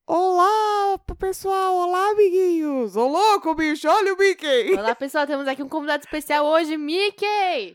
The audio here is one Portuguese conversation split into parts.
Olá, pessoal! Olá, amiguinhos! Ô, louco, bicho! Olha o Mickey! Olá, pessoal, temos aqui um convidado especial hoje, Mickey!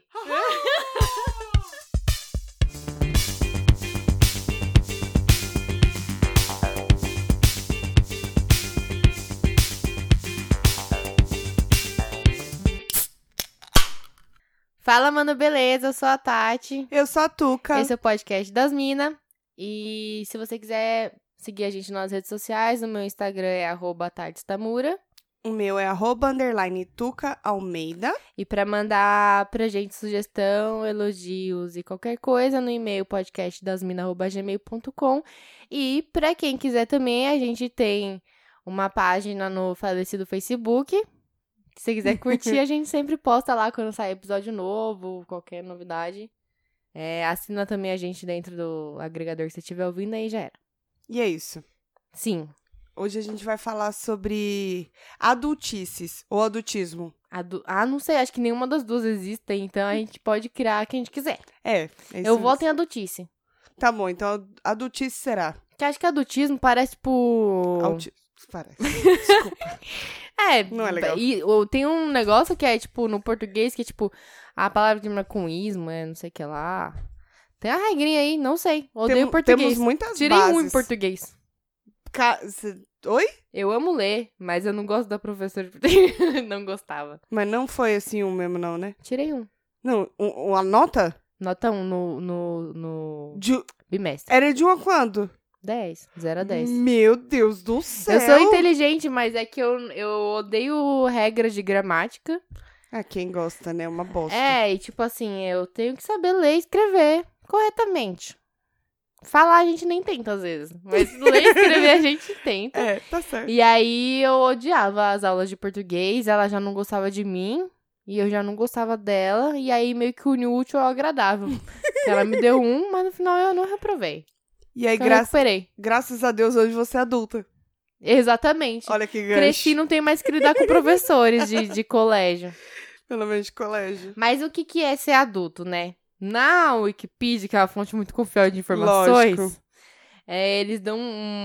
Fala, mano, beleza? Eu sou a Tati. Eu sou a Tuca. Esse é o podcast das Minas. E se você quiser seguir a gente nas redes sociais, o meu Instagram é @tartstamura. O meu é @Tuca Almeida. E pra mandar pra gente sugestão, elogios e qualquer coisa no e-mail podcastdasmina@gmail.com. E pra quem quiser também, a gente tem uma página no falecido Facebook. Se você quiser curtir, a gente sempre posta lá quando sai episódio novo, qualquer novidade. Assina também a gente dentro do agregador que você estiver ouvindo, aí já era. E é isso. Sim. Hoje a gente vai falar sobre adultices ou adultismo. Não sei, acho que nenhuma das duas existem, então a gente pode criar a que a gente quiser. É isso Eu voto em mesmo. adultice. Tá bom, então adultice será. Porque acho que adultismo parece, tipo... Parece. Desculpa. Não é legal. Tem um negócio que é, tipo, no português, que é, tipo, a palavra termina com ismo, não sei o que lá. Tem a regrinha aí, não sei. Odeio português. Temos muitas Tirei bases. um em português. Oi? Eu amo ler, mas eu não gosto da professora de português. Não gostava. Mas não foi assim um mesmo, não, né? Tirei um. Não, uma nota? Nota 1 no De... bimestre. Era de 1 a quando? 10. 0 a 10. Meu Deus do céu! Eu sou inteligente, mas é que eu odeio regras de gramática. Ah, quem gosta, né? Uma bosta. E tipo assim, eu tenho que saber ler e escrever corretamente. Falar a gente nem tenta às vezes, mas ler e escrever a gente tenta. Tá certo. E aí eu odiava as aulas de português, ela já não gostava de mim e eu já não gostava dela, e aí meio que uniu o útil ao agradável. Ela me deu 1, mas no final eu não reprovei. E aí, Eu recuperei. graças a Deus, hoje você é adulta. Exatamente. Olha que gancho. Cresci e não tenho mais que lidar com professores de colégio. Pelo menos de colégio. Mas o que é ser adulto, né? Na Wikipedia, que é uma fonte muito confiável de informações, Lógico. eles dão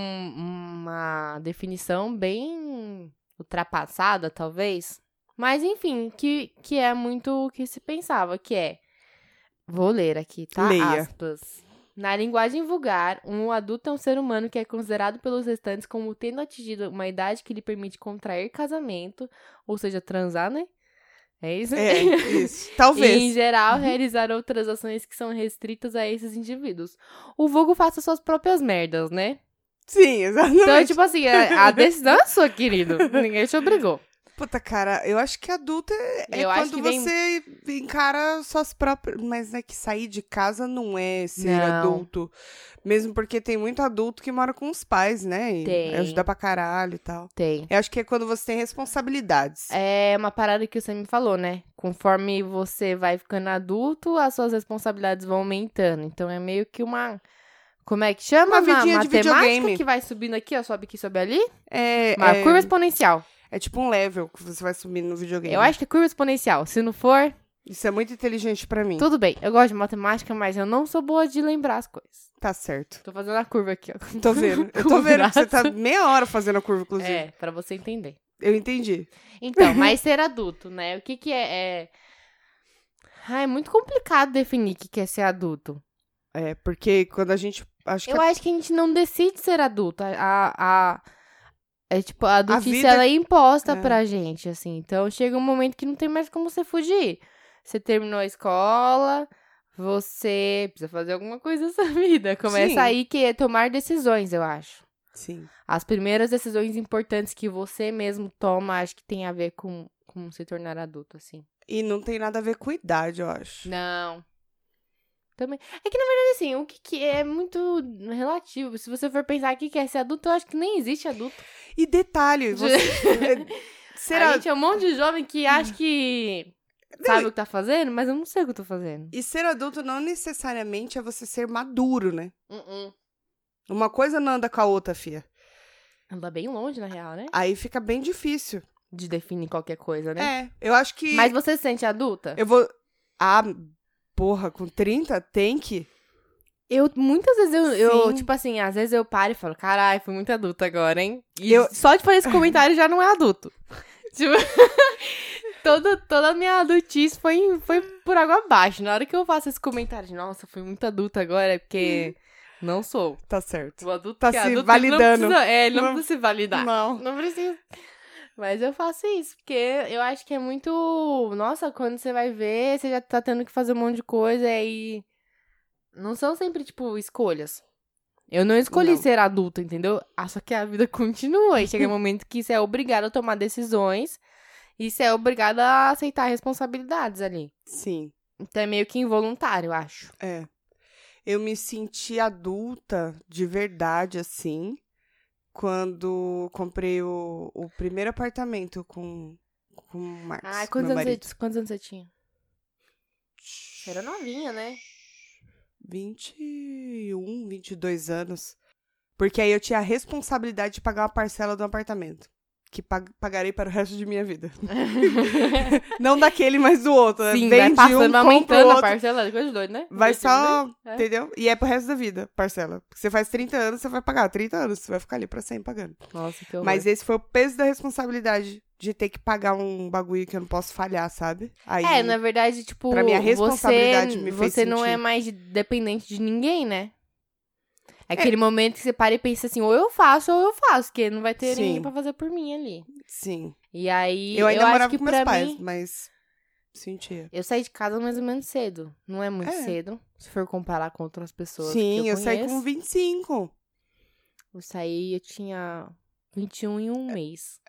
uma definição bem ultrapassada, talvez. Mas, enfim, que é muito o que se pensava, que é... Vou ler aqui, tá? Leia. Aspas. Na linguagem vulgar, um adulto é um ser humano que é considerado pelos restantes como tendo atingido uma idade que lhe permite contrair casamento, ou seja, transar, né? É isso? Isso. Talvez. E, em geral, realizar outras ações que são restritas a esses indivíduos. O vulgo faça suas próprias merdas, né? Sim, exatamente. Então, tipo assim, a decisão é sua, querido. Ninguém te obrigou. Puta, cara, eu acho que adulto é Eu acho quando que você encara suas próprias... Mas é que sair de casa não é ser Não. adulto. Mesmo porque tem muito adulto que mora com os pais, né? E Tem. ajuda pra caralho e tal. Tem. Eu acho que é quando você tem responsabilidades. É uma parada que você me falou, né? Conforme você vai ficando adulto, as suas responsabilidades vão aumentando. Então, é meio que uma... Como é que chama? Uma vidinha de matemática videogame. que vai subindo aqui, ó. Sobe aqui, sobe ali. É Curva exponencial. É tipo um level que você vai subindo no videogame. Eu acho que é curva exponencial. Se não for, Isso é muito inteligente pra mim. tudo bem. Eu gosto de matemática, mas eu não sou boa de lembrar as coisas. Tá certo. Tô fazendo a curva aqui, ó. Tô vendo. Eu tô vendo que você tá meia hora fazendo a curva, inclusive. É, pra você entender. Eu entendi. Então, mas ser adulto, né? O que é... É muito complicado definir o que é ser adulto. É, porque quando a gente... Acho que Eu acho que a gente não decide ser adulto. É tipo, a adultice, vida- ela é imposta É. pra gente, assim. Então, chega um momento que não tem mais como você fugir. Você terminou a escola, você precisa fazer alguma coisa nessa vida. Começa Sim. aí que é tomar decisões, eu acho. Sim. As primeiras decisões importantes que você mesmo toma, acho que tem a ver com se tornar adulto, assim. E não tem nada a ver com idade, eu acho. Não. Também. É que, na verdade, assim, o que é muito relativo. Se você for pensar o que é ser adulto, eu acho que nem existe adulto. E detalhe, você... A gente é um monte de jovem que acha que sabe o que tá fazendo, mas eu não sei o que eu tô fazendo. E ser adulto não necessariamente é você ser maduro, né? Uma coisa não anda com a outra, fia. Anda bem longe, na real, né? Aí fica bem difícil. De definir qualquer coisa, né? Eu acho que... Mas você se sente adulta? Eu vou... Ah, porra, com 30 tem que... Muitas vezes eu Sim. tipo assim, às vezes eu paro e falo, caralho, fui muito adulta agora, hein? E só de fazer esse comentário já não é adulto. Tipo, toda a minha adultice foi por água abaixo. Na hora que eu faço esse comentário de, nossa, fui muito adulta agora, é porque não sou. Tá certo. O adulto Tá que é se adulto, validando. ele não precisa se validar. Não precisa. Mas eu faço isso, porque eu acho que é muito... Nossa, quando você vai ver, você já tá tendo que fazer um monte de coisa e... Não são sempre, tipo, escolhas. Eu não escolhi ser adulta, entendeu? Só que a vida continua. E chega um momento que você é obrigado a tomar decisões e você é obrigado a aceitar responsabilidades ali. Sim. Então é meio que involuntário, eu acho. É. Eu me senti adulta de verdade, assim, quando comprei o primeiro apartamento com o Marcos, quantos meu marido. anos você tinha? Você era novinha, né? 21, 22 anos. Porque aí eu tinha a responsabilidade de pagar uma parcela do apartamento. Que pagarei para o resto de minha vida. Não daquele, mas do outro. Sim, vem vai passando, vai aumentando a parcela. Coisa de doido, né? Vai só, entendeu? E é pro resto da vida, parcela. Porque você faz 30 anos, você vai pagar 30 anos. Você vai ficar ali pra sempre pagando. Nossa, que horror. Mas esse foi o peso da responsabilidade de ter que pagar um bagulho que eu não posso falhar, sabe? Aí, na verdade, tipo, pra mim, a responsabilidade me fez você não sentir. é mais dependente de ninguém, né? É aquele momento que você para e pensa assim, ou eu faço, porque não vai ter ninguém pra fazer por mim ali. Sim. E aí, eu ainda morava acho que com meus pais, mim, mas sentia. eu saí de casa mais ou menos cedo. Não é muito cedo, se for comparar com outras pessoas que Sim, eu saí com 25. Eu tinha 21 em um mês.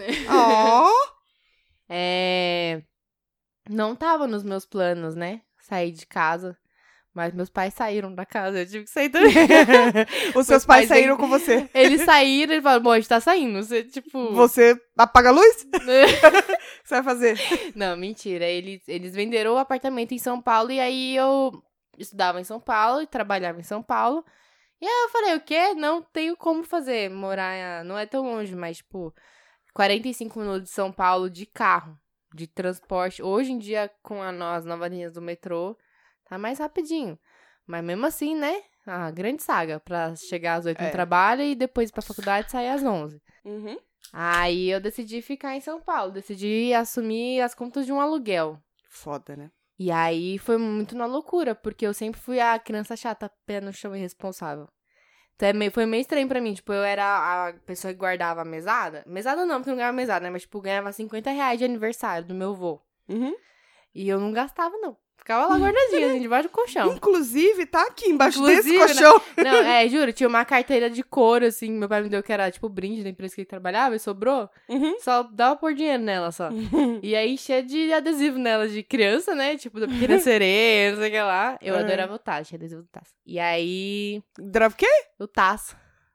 Não tava nos meus planos, né? Sair de casa. Mas meus pais saíram da casa, eu tive que sair também. Os seus pais saíram com você. Eles saíram e falaram, bom, a gente tá saindo. Você, tipo... Você apaga a luz? O que você vai fazer? Não, mentira. Eles venderam o apartamento em São Paulo e aí eu estudava em São Paulo e trabalhava em São Paulo. E aí eu falei, o quê? Não tenho como fazer. Morar, não é tão longe, mas, tipo, 45 minutos de São Paulo de carro, de transporte. Hoje em dia, com as novas linhas do metrô, tá mais rapidinho. Mas mesmo assim, né? A grande saga pra chegar às 8 no trabalho e depois ir pra faculdade sair às 11. Uhum. Aí eu decidi ficar em São Paulo. Decidi assumir as contas de um aluguel. Foda, né? E aí foi muito na loucura, porque eu sempre fui a criança chata, pé no chão e irresponsável. Então foi meio estranho pra mim. Tipo, eu era a pessoa que guardava a mesada. Mesada não, porque eu não ganhava mesada, né? Mas, tipo, ganhava R$50 de aniversário do meu avô. Uhum. E eu não gastava, não. Ficava lá guardadinha, assim, debaixo do colchão. Inclusive, tá aqui embaixo desse colchão. Não, juro, tinha uma carteira de couro, assim, meu pai me deu que era, tipo, brinde da empresa que ele trabalhava e sobrou. Uhum. Só dava por dinheiro nela, só. E aí, cheia de adesivo nela, de criança, né? Tipo, da Pequena Sereia, não sei o que lá. Eu adorava o Taço, tinha adesivo do Taço. E aí... Adorava o quê? O Taço.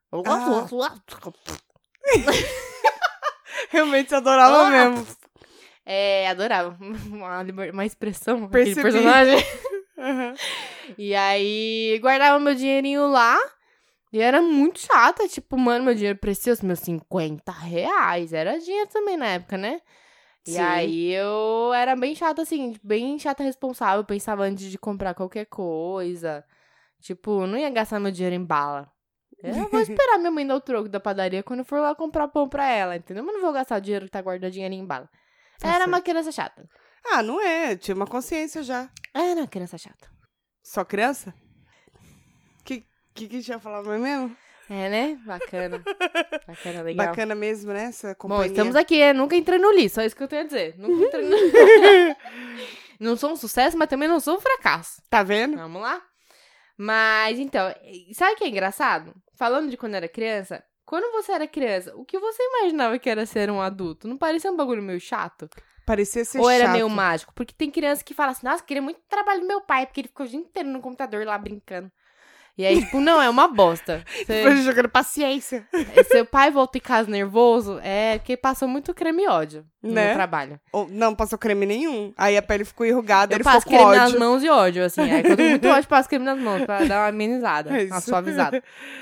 Realmente, você adorava mesmo. Adorava. Uma expressão, Percebi. aquele personagem. Uhum. E aí, guardava meu dinheirinho lá. E era muito chata. Tipo, mano, meu dinheiro precioso, meus R$50. Era dinheiro também na época, né? Sim. E aí, eu era bem chata, assim. Bem chata responsável. Pensava antes de comprar qualquer coisa. Tipo, não ia gastar meu dinheiro em bala. Eu vou esperar minha mãe dar o troco da padaria quando eu for lá comprar pão pra ela, entendeu? Mas não vou gastar o dinheiro que tá guardadinho ali em bala. Era uma criança chata. Ah, não é. Tinha uma consciência já. Era uma criança chata. Só criança? Que tinha falado mesmo? É, né? Bacana. Bacana, legal. Bacana mesmo, né? Essa companhia. Bom, estamos aqui, nunca entrei no li, só isso que eu tenho a dizer. Nunca entrei no... Não sou um sucesso, mas também não sou um fracasso. Tá vendo? Vamos lá? Mas, então, sabe o que é engraçado? Falando de quando era criança, quando você era criança, o que você imaginava que era ser um adulto? Não parecia um bagulho meio chato? Parecia ser chato. Ou era meio mágico? Porque tem criança que fala assim, nossa, queria muito trabalho do meu pai, porque ele ficou o dia inteiro no computador lá brincando. E aí, tipo, não, é uma bosta. Foi jogando paciência. Seu pai volta em casa nervoso, é porque passou muito creme e ódio no Né? meu trabalho. Ou, não passou creme nenhum. Aí a pele ficou enrugada, Eu ele passo ficou com creme nas ódio. mãos e ódio, assim. Aí quando eu tô muito ódio, passo creme nas mãos pra dar uma amenizada, É uma isso. suavizada.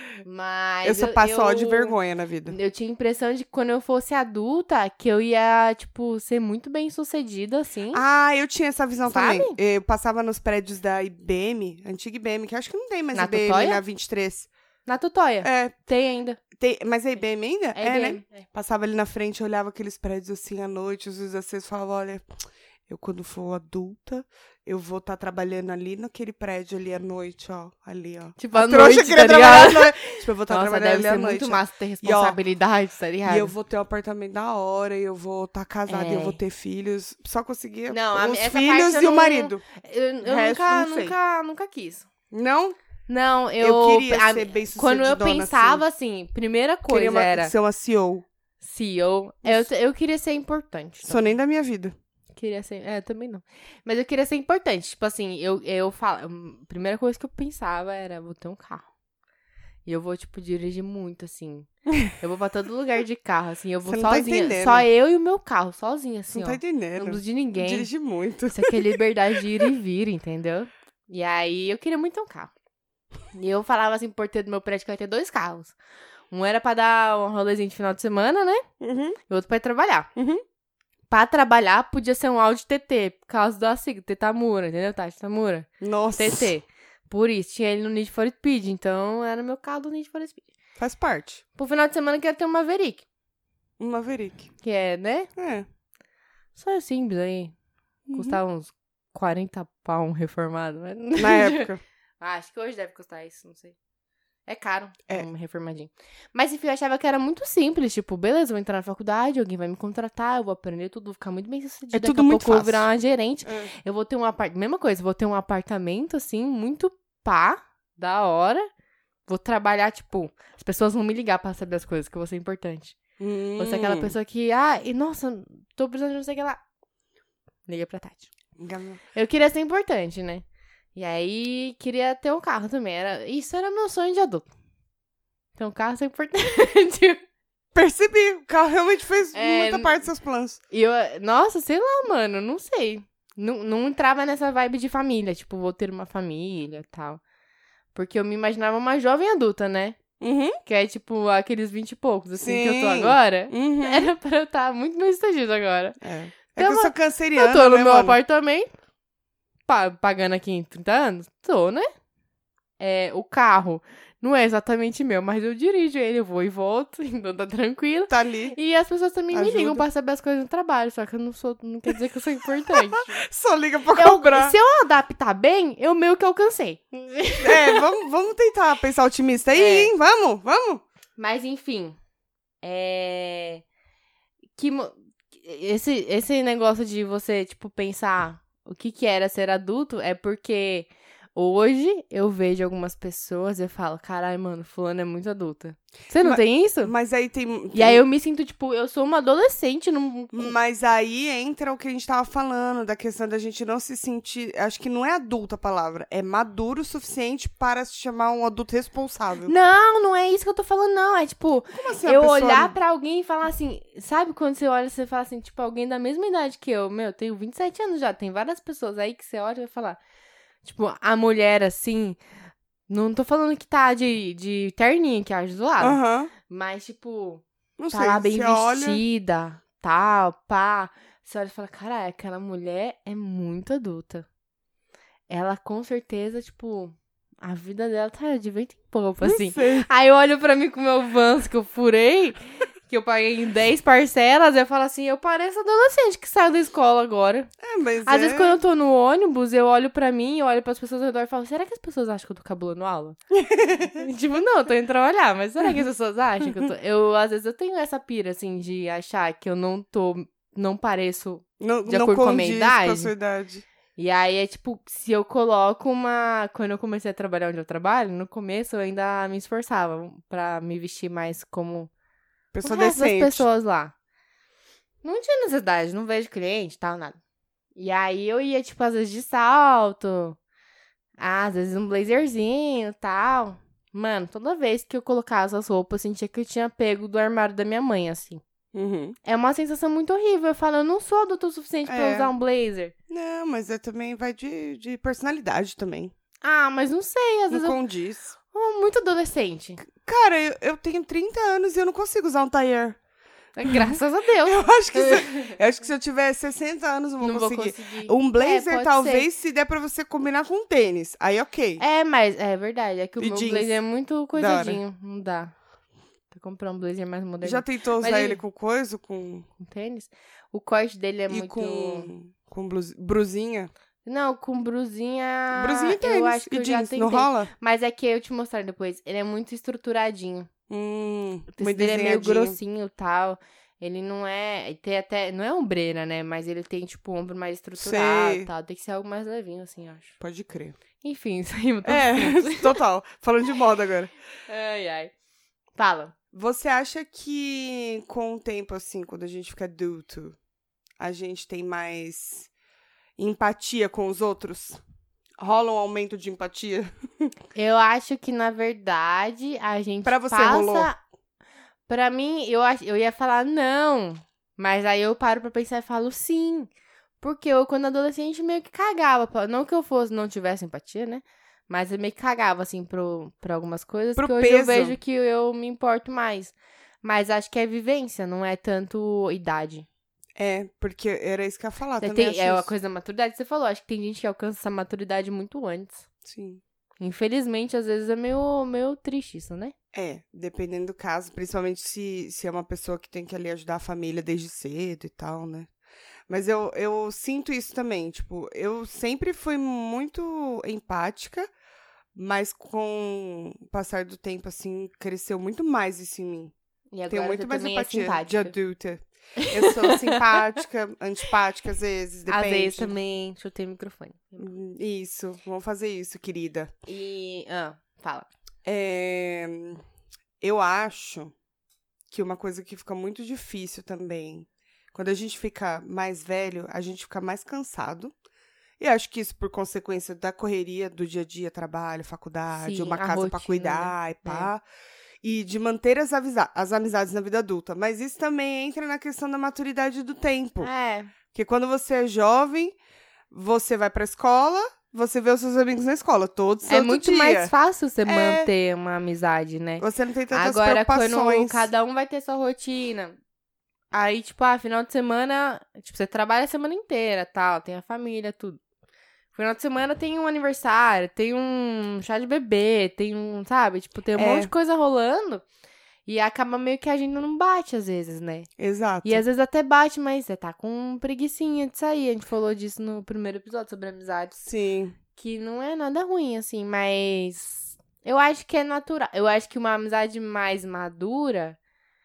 Mas Eu só passo ódio e vergonha na vida. Eu tinha a impressão de que quando eu fosse adulta, que eu ia, tipo, ser muito bem sucedida, assim. Ah, eu tinha essa visão Sabe? também. Eu passava nos prédios da IBM, antiga IBM, que acho que não tem mais Na IBM Tutóia? na 23. Na Tutóia. É, Tem ainda. mas é IBM ainda? É né? IBM. É. Passava ali na frente, olhava aqueles prédios assim à noite, os luzes acesas, falava, olha, eu quando for adulta, eu vou estar trabalhando ali naquele prédio ali à noite, ó, ali, ó. Tipo, à trouxa noite, queria tá trabalhar ligado? à noite. Tipo, eu vou estar Nossa, trabalhando deve ali ser à noite. muito ó. massa ter responsabilidade, tá ligado? E eu vou ter um apartamento da hora, e eu vou estar casada, e eu É. vou ter filhos. Só conseguia Não, os essa filhos parte eu e o não- marido. Eu resto, não sei. nunca quis. Não? Não, Eu queria ser bem Quando eu sucedidona, pensava assim, primeira Queria coisa era ser uma CEO. CEO. Eu queria ser importante. Sou nem da minha vida. Queria ser. É, eu também não. Mas eu queria ser importante. Tipo assim, eu falo. A primeira coisa que eu pensava era: vou ter um carro. E eu vou, tipo, dirigir muito, assim. Eu vou pra todo lugar de carro, assim. Eu vou Você não tá sozinha. entendendo. Só eu e o meu carro, sozinha, Você assim, não ó. tá entendendo. Não preciso de ninguém. Dirige muito. Isso aqui é liberdade de ir e vir, entendeu? E aí eu queria muito ter um carro. E eu falava assim, pro porteiro do meu prédio que eu ia ter 2 carros. Um era pra dar um rolezinho de final de semana, né? Uhum. E o outro pra ir trabalhar. Uhum. Pra trabalhar, podia ser um Audi TT, por causa da sigla, Tetamura, entendeu, Tati? Tetamura. Nossa. TT. Por isso, tinha ele no Need for Speed, então era meu carro do Need for Speed. Faz parte. Pro final de semana eu quero ter um Maverick, Um Maverick. que é, né? É. Só simples aí. Custava uns 40 pau um reformado. Mas... Na época. Acho que hoje deve custar isso, não sei. É caro, É. um reformadinho. Mas enfim, eu achava que era muito simples. Tipo, beleza, eu vou entrar na faculdade, alguém vai me contratar, eu vou aprender tudo, vou ficar muito bem sucedida. É tudo Daqui a muito pouco eu vou fácil. virar uma gerente. É. Eu vou ter um apartamento. Mesma coisa, vou ter um apartamento, assim, muito pá, da hora. Vou trabalhar, tipo, as pessoas vão me ligar pra saber as coisas, que eu vou ser importante. Vou ser aquela pessoa que, e nossa, tô precisando de não sei o que lá. Liga pra Tati. Eu queria ser importante, né? E aí, queria ter um carro também. Isso era meu sonho de adulto. Ter um carro ser importante. Percebi. O carro realmente fez É, muita parte dos seus planos. E eu, nossa, sei lá, mano, não sei. Não entrava nessa vibe de família, tipo, vou ter uma família e tal. Porque eu me imaginava uma jovem adulta, né? Uhum. Que é, tipo, aqueles 20 e poucos, assim, que eu tô Sim. agora. Uhum. Era pra eu estar muito mais sucedida agora. É. Então, que eu sou canceriana, Eu tô no né, meu mano? apartamento, pagando aqui em 30 anos. Tô, né? O carro não é exatamente meu, mas eu dirijo ele, eu vou e volto, então tá tranquilo. Tá ali. E as pessoas também me Ajuda. ligam pra saber as coisas no trabalho, só que eu não quer dizer que eu sou importante. Só liga pra cobrar. Se eu adaptar bem, eu meio que alcancei. É, vamos tentar pensar otimista aí, É. hein? Vamos. Mas enfim, esse negócio de você, tipo, pensar o que era ser adulto é porque hoje eu vejo algumas pessoas e eu falo, caralho, mano, fulano é muito adulta. Você não tem isso? Mas aí tem... E aí eu me sinto, tipo, eu sou uma adolescente. Mas aí entra o que a gente tava falando, da questão da gente não se sentir... Acho que não é adulta a palavra, é maduro o suficiente para se chamar um adulto responsável. Não é isso que eu tô falando, não. É tipo, Como assim eu a pessoa... olhar pra alguém e falar assim, sabe quando você olha e você fala assim, tipo, alguém da mesma idade que eu, eu tenho 27 anos já, tem várias pessoas aí que você olha e vai falar, tipo, a mulher assim, não tô falando que tá de terninha, que é zoado, Aham. mas tipo, Não tá sei, lá bem você olha... vestida, tal, pá, você olha e fala, caralho, aquela mulher é muito adulta. Ela com certeza, tipo, a vida dela tá de vento em popa, assim. Não sei. Aí eu olho pra mim com o meu Vans que eu furei, que eu paguei em 10 parcelas, eu falo assim, eu pareço adolescente que saiu da escola agora. É, mas Às vezes quando eu tô no ônibus, eu olho pra mim, eu olho pras pessoas ao redor e falo, será que as pessoas acham que eu tô cabulando aula? Tipo, não, eu tô indo trabalhar, mas será que as pessoas acham que eu tô... Às vezes eu tenho essa pira, assim, de achar que eu não pareço de acordo com a minha condiz idade. com a sua idade. E aí é tipo, se eu coloco Quando eu comecei a trabalhar onde eu trabalho, no começo eu ainda me esforçava pra me vestir mais como Pessoa o resto das decente. pessoas lá. Não tinha necessidade, não vejo cliente, tal, nada. E aí eu ia, tipo, às vezes de salto. às vezes um blazerzinho e tal. Mano, toda vez que eu colocava essas roupas, eu sentia que eu tinha pego do armário da minha mãe, assim. Uhum. É uma sensação muito horrível. Eu falo, eu não sou adulto o suficiente pra usar um blazer. Não, mas também vai de personalidade também. Ah, mas não sei, às vezes Não condiz. muito adolescente. Cara, eu tenho 30 anos e eu não consigo usar um tailleur. Graças a Deus. Eu acho que se eu tiver 60 anos eu Não vou conseguir. vou conseguir. Um blazer, pode talvez, se der pra você combinar com um tênis. Aí, ok. Mas é verdade. É que o E meu jeans. blazer é muito coisadinho. Não dá. Tem que comprar um blazer mais moderno. Já tentou usar Mas ele com coisa? Com tênis? O corte dele é e muito... com brusinha? Não, com brusinha... Brusinha e tênis. Eu acho que e eu já jeans. tentei. Não rola? Mas é que eu te mostrar depois. Ele é muito estruturadinho. Muito O tecido dele é meio desenhadinho. grossinho e tal. Ele não é... Tem até... Não é ombreira, né? Mas ele tem, tipo, o ombro mais estruturado Sei. e tal. Tem que ser algo mais levinho, assim, eu acho. Pode crer. Enfim, saímos do assunto. Total. Falando de moda agora. Ai, ai. Fala. Você acha que com o tempo, assim, quando a gente fica adulto, a gente tem mais empatia com os outros? Rola um aumento de empatia? Eu acho que, na verdade, a gente Pra você, passa... rolou? Pra mim, eu ia falar não. Mas aí eu paro pra pensar e falo sim. Porque eu, quando adolescente, meio que cagava. Não que eu não tivesse empatia, né? Mas eu meio que cagava, assim, pra algumas coisas. Pro que hoje eu peso. vejo que eu me importo mais. Mas acho que é vivência, não é tanto idade. É, porque era isso que eu ia falar Você também. tem, acho é uma isso. coisa da maturidade que você falou. Acho que tem gente que alcança essa maturidade muito antes. Sim. Infelizmente, às vezes é meio triste isso, né? É, dependendo do caso, principalmente se é uma pessoa que tem que ali ajudar a família desde cedo e tal, né? Mas eu sinto isso também, tipo, eu sempre fui muito empática, mas com o passar do tempo, assim, cresceu muito mais isso em mim. E agora Tenho muito você mais também empatia é de simpática. adulta. Eu sou simpática, antipática às vezes, depende. Às vezes também, chutei o microfone. Isso, vamos fazer isso, querida. E, fala. Eu acho que uma coisa que fica muito difícil também, quando a gente fica mais velho, a gente fica mais cansado. E acho que isso por consequência da correria do dia a dia, trabalho, faculdade, Sim, uma a casa pra rotina, cuidar e pá. E de manter as amizades na vida adulta. Mas isso também entra na questão da maturidade do tempo. É, Porque quando você é jovem, você vai pra escola, você vê os seus amigos na escola, todo santo é muito dia. mais fácil você manter uma amizade, né? Você não tem tantas Agora, preocupações. quando cada um vai ter sua rotina, aí, tipo, final de semana, tipo, você trabalha a semana inteira, tal, tem a família, tudo. Final de semana tem um aniversário, tem um chá de bebê, tem um, sabe? Tipo, tem um monte de coisa rolando e acaba meio que a gente não bate às vezes, né? Exato. E às vezes até bate, mas você tá com preguicinha de sair. A gente falou disso no primeiro episódio sobre amizades. Sim. Que não é nada ruim, assim, mas eu acho que é natural. Eu acho que uma amizade mais madura,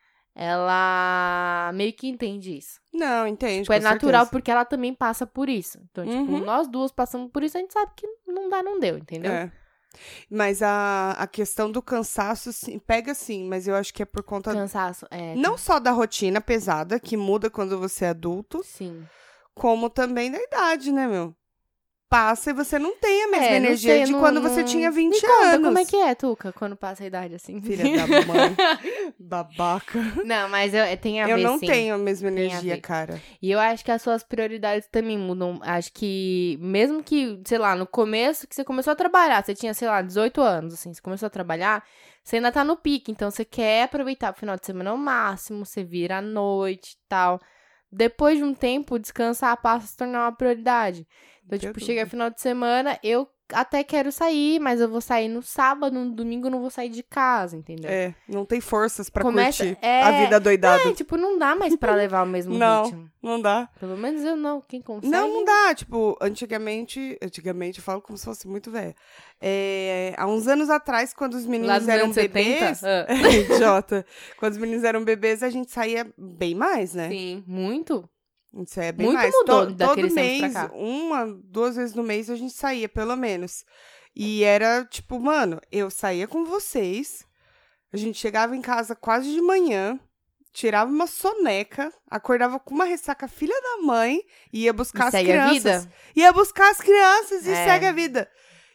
ela meio que entende isso. Não, entende. Tipo, é com natural certeza. porque ela também passa por isso. Então, tipo, nós duas passamos por isso, a gente sabe que não dá, não deu, entendeu? É. Mas a questão do cansaço sim, pega sim, mas eu acho que é por conta Cansaço, não só da rotina pesada, que muda quando você é adulto, Sim. como também da idade, né, meu? Passa e você não tem a mesma não energia sei, de não- quando não- você tinha 20 Me conta, anos. como é que é, Tuca, quando passa a idade assim? Filha da mãe. Babaca. Não, mas tem a Eu ver, não sim. tenho a mesma Tem a energia, ver. cara. E eu acho que as suas prioridades também mudam. Acho que, mesmo que, sei lá, no começo que você começou a trabalhar, você tinha, sei lá, 18 anos, assim, você começou a trabalhar, você ainda tá no pique, então você quer aproveitar o final de semana ao máximo, você vira à noite e tal. Depois de um tempo, descansar passa a se tornar uma prioridade. Então, Sem tipo, dúvida. chega final de semana, eu até quero sair, mas eu vou sair no sábado, no domingo eu não vou sair de casa, entendeu? É, não tem forças pra Começa- curtir é- a vida doidada. Tipo, não dá mais pra levar o mesmo Não. ritmo. Não dá. Pelo menos eu não. Quem consegue? Não dá. Tipo, antigamente eu falo como se fosse muito velha. Há uns anos atrás, quando os Lá meninos dos eram anos 70? bebês... Idiota. Quando os meninos eram bebês, a gente saía bem mais, né? Sim, muito. A gente saía bem Muito mais. mudou Todo daqueles tempos pra mês, cá. 1, 2 vezes no mês, a gente saía, pelo menos. E era, tipo, mano, eu saía com vocês, a gente chegava em casa quase de manhã, tirava uma soneca, acordava com uma ressaca filha da mãe, e ia buscar E as segue a crianças. vida? Ia buscar as crianças e É. segue a vida.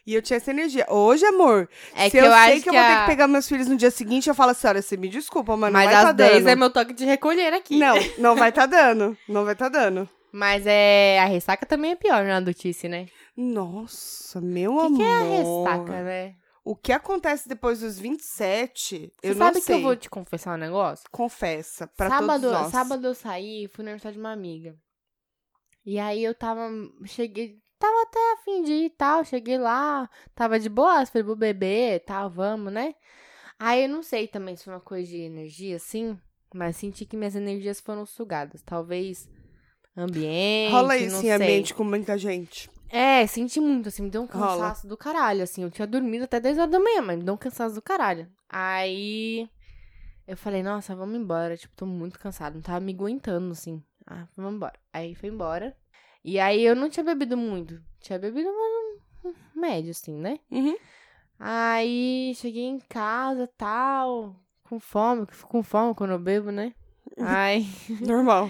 E eu tinha essa energia. Hoje, amor, É se que eu eu sei acho que eu que vou ter que pegar meus filhos no dia seguinte, eu falo assim, olha, você me desculpa, mas não Mas vai tá às 10 dando. é meu toque de recolher aqui. Não, não vai tá dando. Não vai tá dando. Mas a ressaca também é pior na adultice, né? Nossa, meu O amor. que é a ressaca, né? O que acontece depois dos 27, Você eu não sabe sei. que eu vou te confessar um negócio? Confessa, pra todos nós. Sábado eu saí, fui no aniversário de uma amiga. E aí eu tava até a fim de ir e tal, cheguei lá, tava de boa, falei, vou beber e tal, vamos, né? Aí eu não sei também se foi uma coisa de energia, assim, mas senti que minhas energias foram sugadas. Talvez ambiente, Rola não isso sei. em ambiente com muita gente. É, senti muito, assim, me deu um Rola. cansaço do caralho, assim. Eu tinha dormido até 10 horas da manhã, mas me deu um cansaço do caralho. Aí eu falei, nossa, vamos embora. Tipo, tô muito cansada, não tava me aguentando, assim. Ah, vamos embora. Aí foi embora. E aí eu não tinha bebido muito. Tinha bebido mais médio, assim, né? Uhum. Aí cheguei em casa, tal, com fome, eu fico com fome quando eu bebo, né? Normal.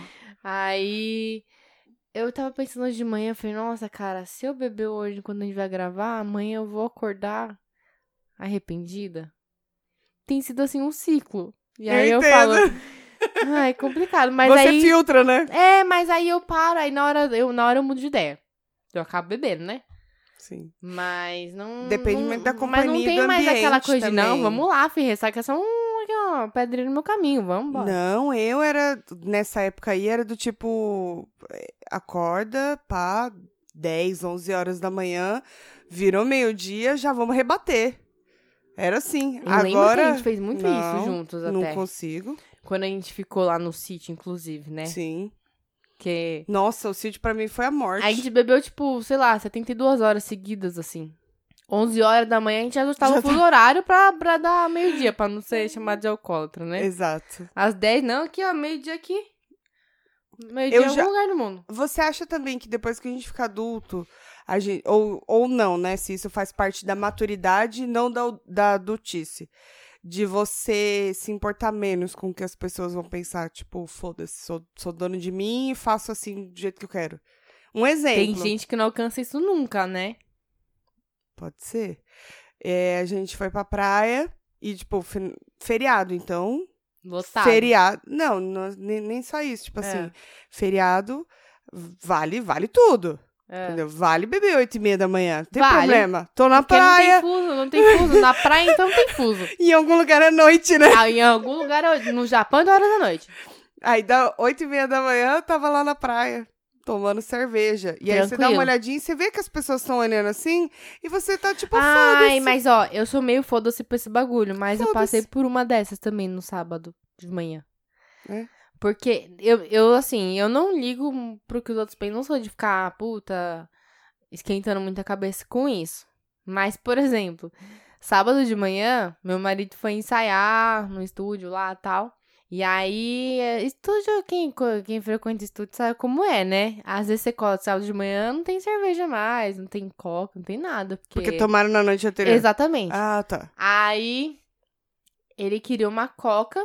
Aí eu tava pensando hoje de manhã, eu falei, nossa, cara, se eu beber hoje quando a gente vai gravar, amanhã eu vou acordar arrependida. Tem sido assim um ciclo. E aí eu falo, é complicado, mas Você aí filtra, né? mas aí eu paro, aí na hora eu mudo de ideia. Eu acabo bebendo, né? Sim. Mas não... Depende não, muito da mas companhia não e tem do mais aquela ambiente coisa de, não, também. vamos lá, filho, ressaca é só uma pedrinha no meu caminho, vamos embora. Não, eu era, nessa época aí, era do tipo, acorda, pá, 10, 11 horas da manhã, virou meio-dia, já vamos rebater. Era assim. Eu lembro que Agora, a gente fez muito isso juntos não até. consigo. Quando a gente ficou lá no sítio, inclusive, né? Sim. Que Nossa, o sítio pra mim foi a morte. a gente bebeu, tipo, sei lá, 72 horas seguidas, assim. 11 horas da manhã a gente ajustava o fuso horário pra dar meio-dia, pra não ser chamado de alcoólatra, né? Exato. Às 10, não, aqui, ó, meio-dia aqui. Meio-dia em algum lugar do mundo. Você acha também que depois que a gente fica adulto, a gente, ou não, né? Se isso faz parte da maturidade, não da adultice. De você se importar menos com o que as pessoas vão pensar. Tipo, foda-se, sou dono de mim e faço assim do jeito que eu quero. Um exemplo. Tem gente que não alcança isso nunca, né? Pode ser. A gente foi pra praia e, tipo, feriado, então... Lotado. Feriado... Não, nem só isso. Tipo assim, feriado vale tudo. Entendeu? Vale beber 8h30 da manhã. Não tem problema. Tô na Porque praia. não tem fuso. Na praia, então não tem fuso. Em algum lugar é noite, né? Em algum lugar, no Japão, é 8 horas da noite. Aí, dá 8h30 da manhã, eu tava lá na praia, tomando cerveja. E aí, você dá uma olhadinha e você vê que as pessoas estão olhando assim, e você tá tipo, foda-se. Ai, mas ó, eu sou meio foda-se pra esse bagulho, mas eu passei por uma dessas também no sábado de manhã. É? Porque eu assim, eu não ligo pro que os outros pensam, não sou de ficar, puta, esquentando muita cabeça com isso. Mas, por exemplo, sábado de manhã, meu marido foi ensaiar no estúdio lá e tal. E aí, estúdio, quem frequenta estúdio sabe como é, né? Às vezes você cola sábado de manhã, não tem cerveja mais, não tem coca, não tem nada. Porque tomaram na noite anterior. Exatamente. Ah, tá. Aí, ele queria uma coca,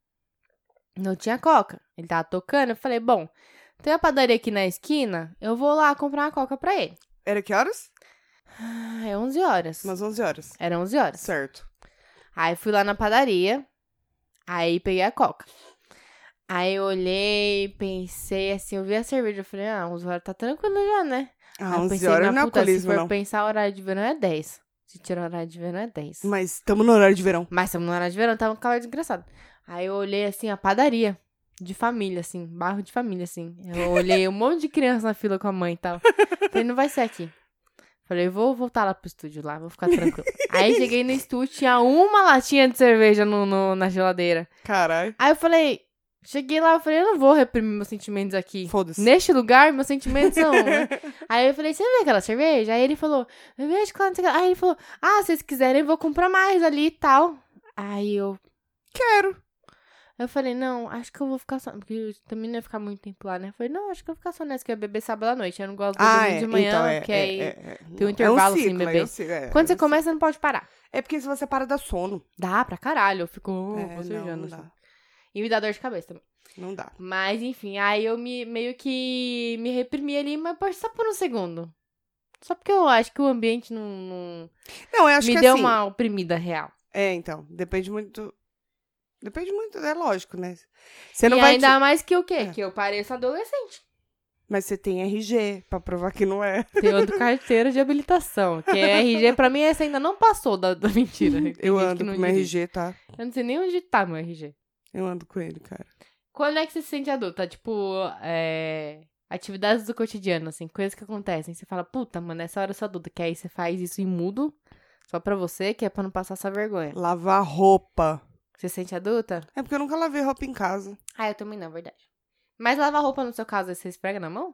não tinha coca. Ele tava tocando, eu falei, bom, tem uma padaria aqui na esquina, eu vou lá comprar uma coca pra ele. Era que horas? É 11 horas. Umas 11 horas. Era 11 horas. Certo. Aí fui lá na padaria, aí peguei a coca. Aí eu olhei, pensei assim, eu vi a cerveja, eu falei, 11 horas tá tranquilo já, né? Ah, aí 11 pensei, horas não é puta, alcoolismo, se for não. pensar, o horário de verão é 10. Se tirar o horário de verão é 10. Mas estamos no horário de verão. Mas estamos no horário de verão, tava um calor desgraçado. Aí eu olhei assim, a padaria de família, assim, bairro de família, assim. Eu olhei um monte de criança na fila com a mãe e tal. Falei, não vai ser aqui. Falei, vou voltar lá pro estúdio lá, vou ficar tranquilo. Aí cheguei no estúdio, tinha uma latinha de cerveja na geladeira. Caralho. Aí eu falei, cheguei lá, eu falei, eu não vou reprimir meus sentimentos aqui. Foda-se. Neste lugar, meus sentimentos são... né? Aí eu falei, você vê aquela cerveja? Aí ele falou, eu vejo, claro, não sei o que. Aí ele falou, se vocês quiserem, eu vou comprar mais ali e tal. Aí eu... Quero. Eu falei, não, acho que eu vou ficar só... Porque eu também não ia ficar muito tempo lá, né? Eu falei, não, acho que eu vou ficar só nessa, que eu ia beber sábado à noite. Eu não gosto de beber de manhã, então, porque aí tem um É intervalo ciclo, sem beber. ciclo, Quando você começa, você não pode parar. É porque se você para, dá sono. Dá pra caralho, eu fico bocejando, não assim. dá. E me dá dor de cabeça também. Não dá. Mas, enfim, aí eu meio que me reprimi ali, mas só por um segundo. Só porque eu acho que o ambiente não Não, eu acho me que deu assim... uma oprimida real. Então, depende muito, é lógico, né? Você não E vai... ainda mais que o quê? Que eu pareço adolescente. Mas você tem RG, pra provar que não é. Tenho carteira de habilitação. Que RG, pra mim, essa ainda não passou da mentira. Tem Eu gente ando que não com meu dirige. RG, tá? Eu não sei nem onde tá meu RG. Eu ando com ele, cara. Quando é que você se sente adulta? Tipo, atividades do cotidiano, assim, coisas que acontecem. Você fala, puta, mano, essa hora eu sou adulta. Que aí você faz isso em mudo, só pra você, que é pra não passar essa vergonha. Lavar roupa. Você se sente adulta? É porque eu nunca lavei roupa em casa. Ah, eu também não, verdade. Mas lavar roupa no seu caso, você esfrega na mão?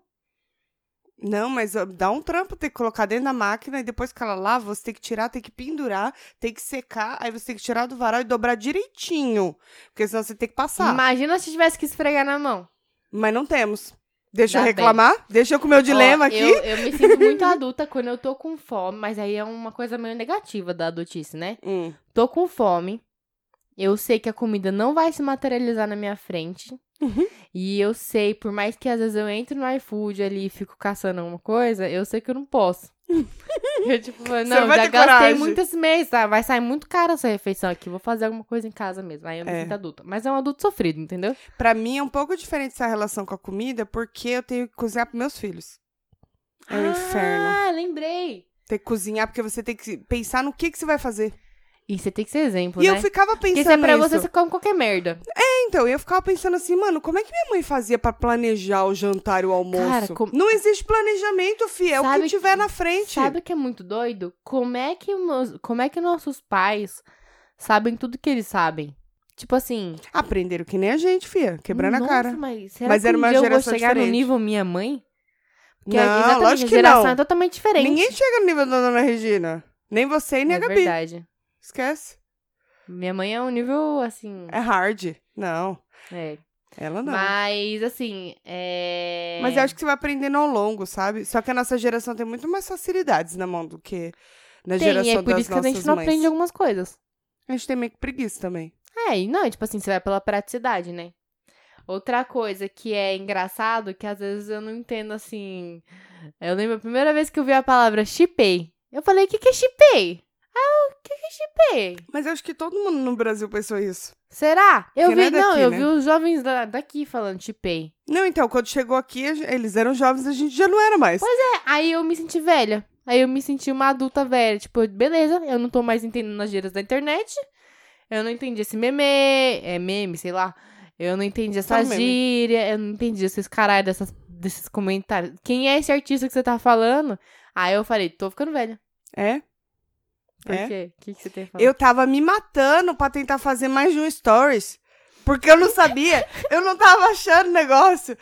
Não, mas dá um trampo ter que colocar dentro da máquina e depois que ela lava, você tem que tirar, tem que pendurar, tem que secar, aí você tem que tirar do varal e dobrar direitinho. Porque senão você tem que passar. Imagina se tivesse que esfregar na mão. Mas não temos. Deixa eu Dá reclamar? Deixa eu com o meu dilema Ó, aqui. Eu me sinto muito adulta quando eu tô com fome, mas aí é uma coisa meio negativa da adultice, né? Tô com fome, eu sei que a comida não vai se materializar na minha frente. Uhum. E eu sei, por mais que às vezes eu entre no iFood ali e fico caçando alguma coisa, eu sei que eu não posso. Eu, tipo, não, vai já ter gastei coragem. muito esse mês, tá? Vai sair muito caro essa refeição aqui. Vou fazer alguma coisa em casa mesmo. Aí eu me sinto adulta. Mas é um adulto sofrido, entendeu? Pra mim é um pouco diferente essa relação com a comida, porque eu tenho que cozinhar pros meus filhos. É um inferno. Ah, lembrei. Tem que cozinhar porque você tem que pensar no que você vai fazer. E você tem que ser exemplo, E né? eu ficava pensando Porque se é pra nisso. você come qualquer merda. Então, eu ficava pensando assim, mano, como é que minha mãe fazia pra planejar o jantar e o almoço? Cara, Não existe planejamento, fi. É o Sabe que tiver na frente. Sabe o que é muito doido? Como é que nossos pais sabem tudo que eles sabem? Tipo assim... Aprenderam que nem a gente, fia. Quebrando a cara. Mas será Mas que era um uma dia eu vou geração chegar no diferente. nível minha mãe? Porque Não, exatamente, lógico a que geração não. é totalmente diferente. Ninguém chega no nível da Dona Regina. Nem você e nem É a Gabi. verdade. Esquece. Minha mãe é um nível, assim... É hard. Não. É. Ela não. Mas, assim, Mas eu acho que você vai aprendendo ao longo, sabe? Só que a nossa geração tem muito mais facilidades na mão do que na Tem, geração e é por das isso que a nossas gente não mães. aprende algumas coisas. A gente tem meio que preguiça também. E não, tipo assim, você vai pela praticidade, né? Outra coisa que é engraçado, que às vezes eu não entendo, assim... Eu lembro a primeira vez que eu vi a palavra chipei. Eu falei, o que é chipei? O que é chipei? Mas eu acho que todo mundo no Brasil pensou isso. Será? Eu Porque vi, não é daqui, eu né? vi os jovens daqui falando chipei. Não, então, quando chegou aqui, eles eram jovens, a gente já não era mais. Aí eu me senti velha. Aí eu me senti uma adulta velha. Tipo, beleza, eu não tô mais entendendo as gírias da internet. Eu não entendi esse meme, sei lá. Eu não entendi essa gíria. Eu não entendi esses caralho desses comentários. Quem é esse artista que você tá falando? Aí eu falei, tô ficando velha. É? Por É? quê? O que você tem a falar? Eu tava me matando pra tentar fazer mais de um stories. Porque eu não sabia, eu não tava achando o negócio.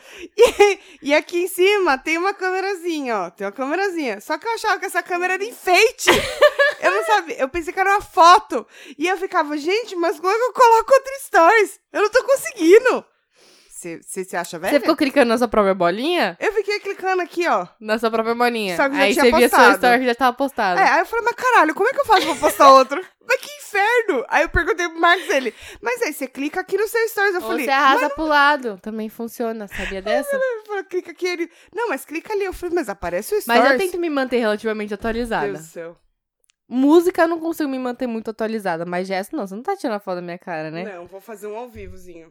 E aqui em cima tem uma câmerazinha, ó. Tem uma câmerazinha. Só que eu achava que essa câmera era enfeite. Eu não sabia, eu pensei que era uma foto. E eu ficava, gente, mas como é que eu coloco outro stories? Eu não tô conseguindo. Você se acha velha? Você ficou clicando na sua própria bolinha? Eu fiquei clicando aqui, ó. Na sua própria bolinha. Só que já aí tinha você via postado. sua story que já tava postada. Aí eu falei, mas caralho, como é que eu faço pra postar outro? Mas que inferno! Aí eu perguntei pro Marcos, ele, mas aí você clica aqui no seu stories. Eu Ou falei, você arrasa pro lado. Também funciona, sabia dessa? eu falei, clica aqui, ele, não, mas clica ali. Eu falei, mas aparece o stories. Mas eu tento me manter relativamente atualizada. Deus do céu. Música eu não consigo me manter muito atualizada, mas gesto não, você não tá tirando a foto da minha cara, né? Não, vou fazer um ao vivozinho.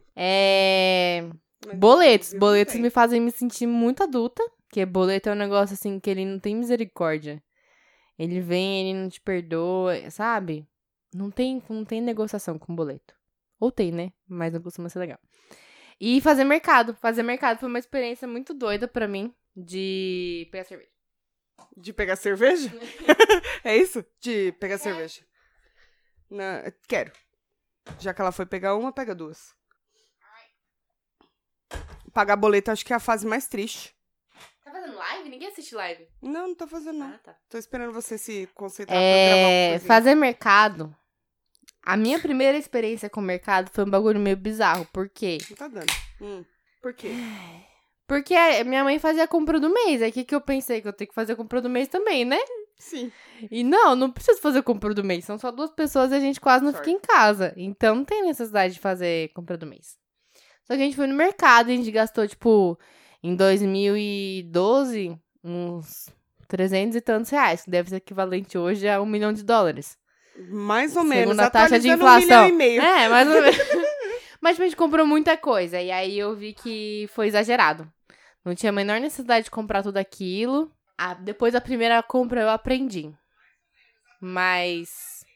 Mas Boletos. ao vivo Boletos tem. me fazem me sentir muito adulta, porque boleto é um negócio assim que ele não tem misericórdia. Ele vem, ele não te perdoa, sabe? Não tem negociação com boleto. Ou tem, né? Mas não costuma ser legal. E fazer mercado. Fazer mercado foi uma experiência muito doida pra mim de pegar cerveja. De pegar cerveja? É isso? De pegar cerveja. Não, quero. Já que ela foi pegar uma, pega duas. Pagar boleto acho que é a fase mais triste. Tá fazendo live? Ninguém assiste live. Não, não tô fazendo não. Ah, tá. Tô esperando você se concentrar pra gravar uma coisinha. Fazer mercado. A minha primeira experiência com o mercado foi um bagulho meio bizarro. Por quê? Não tá dando. Por quê? Porque minha mãe fazia compra do mês. Aí o que eu pensei? Que eu tenho que fazer compra do mês também, né? Sim. E não preciso fazer compra do mês. São só 2 pessoas e a gente quase não fica em casa. Então não tem necessidade de fazer compra do mês. Só que a gente foi no mercado e a gente gastou, tipo, em 2012, uns 300 e tantos reais, que deve ser equivalente hoje a $1 milhão. Mais ou menos. Segundo a taxa de atualizando inflação. 1,5 milhão. Mais ou menos. Mas a gente comprou muita coisa. E aí eu vi que foi exagerado. Não tinha a menor necessidade de comprar tudo aquilo. Depois da primeira compra eu aprendi. Mas...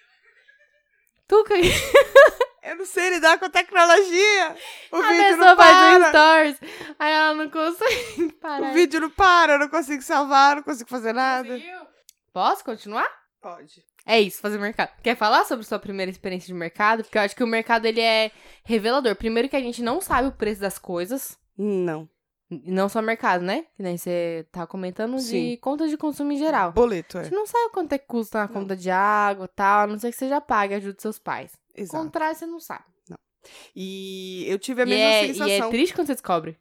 Eu não sei lidar com tecnologia. O vídeo pessoa não faz um para. stories. Aí ela não consegue parar. O vídeo não para, eu não consigo salvar, não consigo fazer nada. Posso continuar? Pode. É isso, fazer mercado. Quer falar sobre sua primeira experiência de mercado? Porque eu acho que o mercado, ele é revelador. Primeiro que a gente não sabe o preço das coisas. Não. Não só mercado, né? Que nem você tá comentando Sim. de contas de consumo em geral. Boleto, Você não sabe quanto é que custa uma conta de água e tal, a não ser que você já pague, ajude seus pais. Exato. Ao contrário, você não sabe. E eu tive a mesma sensação. E é triste quando você descobre.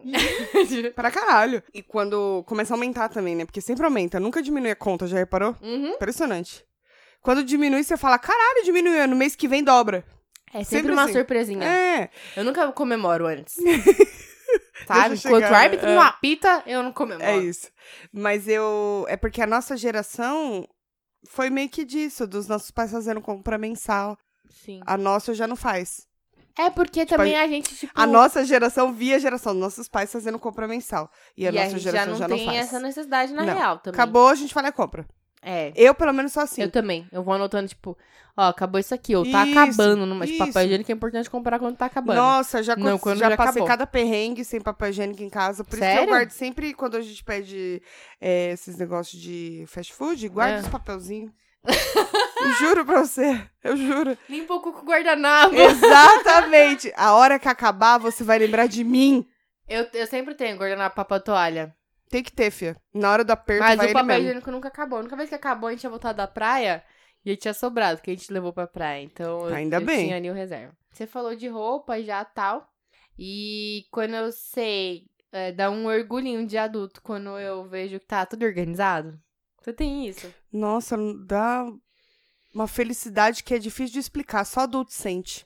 Pra caralho. E quando começa a aumentar também, né? Porque sempre aumenta, nunca diminui a conta, já reparou? Uhum. Impressionante. Quando diminui, você fala, caralho, diminuiu, no mês que vem dobra. É sempre Sempre uma assim. surpresinha. É. Eu nunca comemoro antes. Deixa Sabe? eu Enquanto o chegar, árbitro não apita, eu não comemoro. É isso. Mas é porque a nossa geração foi meio que disso, dos nossos pais fazendo compra mensal. Sim. A nossa já não faz. É porque também a gente, tipo... A nossa geração via a geração dos nossos pais fazendo compra mensal. E a nossa gente geração já não tem faz. essa necessidade na Não. real também. Acabou, a gente vai lá e compra. É. Eu, pelo menos, sou assim. Eu também. Eu vou anotando, tipo, ó, acabou isso aqui, ou tá Isso, acabando. Mas isso. papel higiênico é importante comprar quando tá acabando. Nossa, já Não, quando já já passei acabou. cada perrengue sem papel higiênico em casa. Por isso que Sério? eu guardo sempre, quando a gente pede esses negócios de fast food, guardo os papelzinhos. Eu juro pra você, eu juro. Limpa o cu com o guardanapo. Exatamente. A hora que acabar, você vai lembrar de mim. Eu sempre tenho guardanapo, papel toalha. Tem que ter, fia. Na hora do aperto, Mas vai o ele papel mesmo. higiênico nunca acabou. A única vez que acabou, a gente tinha voltado da praia e aí tinha sobrado, que a gente levou pra praia. Então, Ainda eu bem. tinha ali o reserva. Você falou de roupa já, tal. E quando eu sei, dá um orgulhinho de adulto quando eu vejo que tá tudo organizado. Você tem isso? Nossa, dá uma felicidade que é difícil de explicar. Só adulto sente.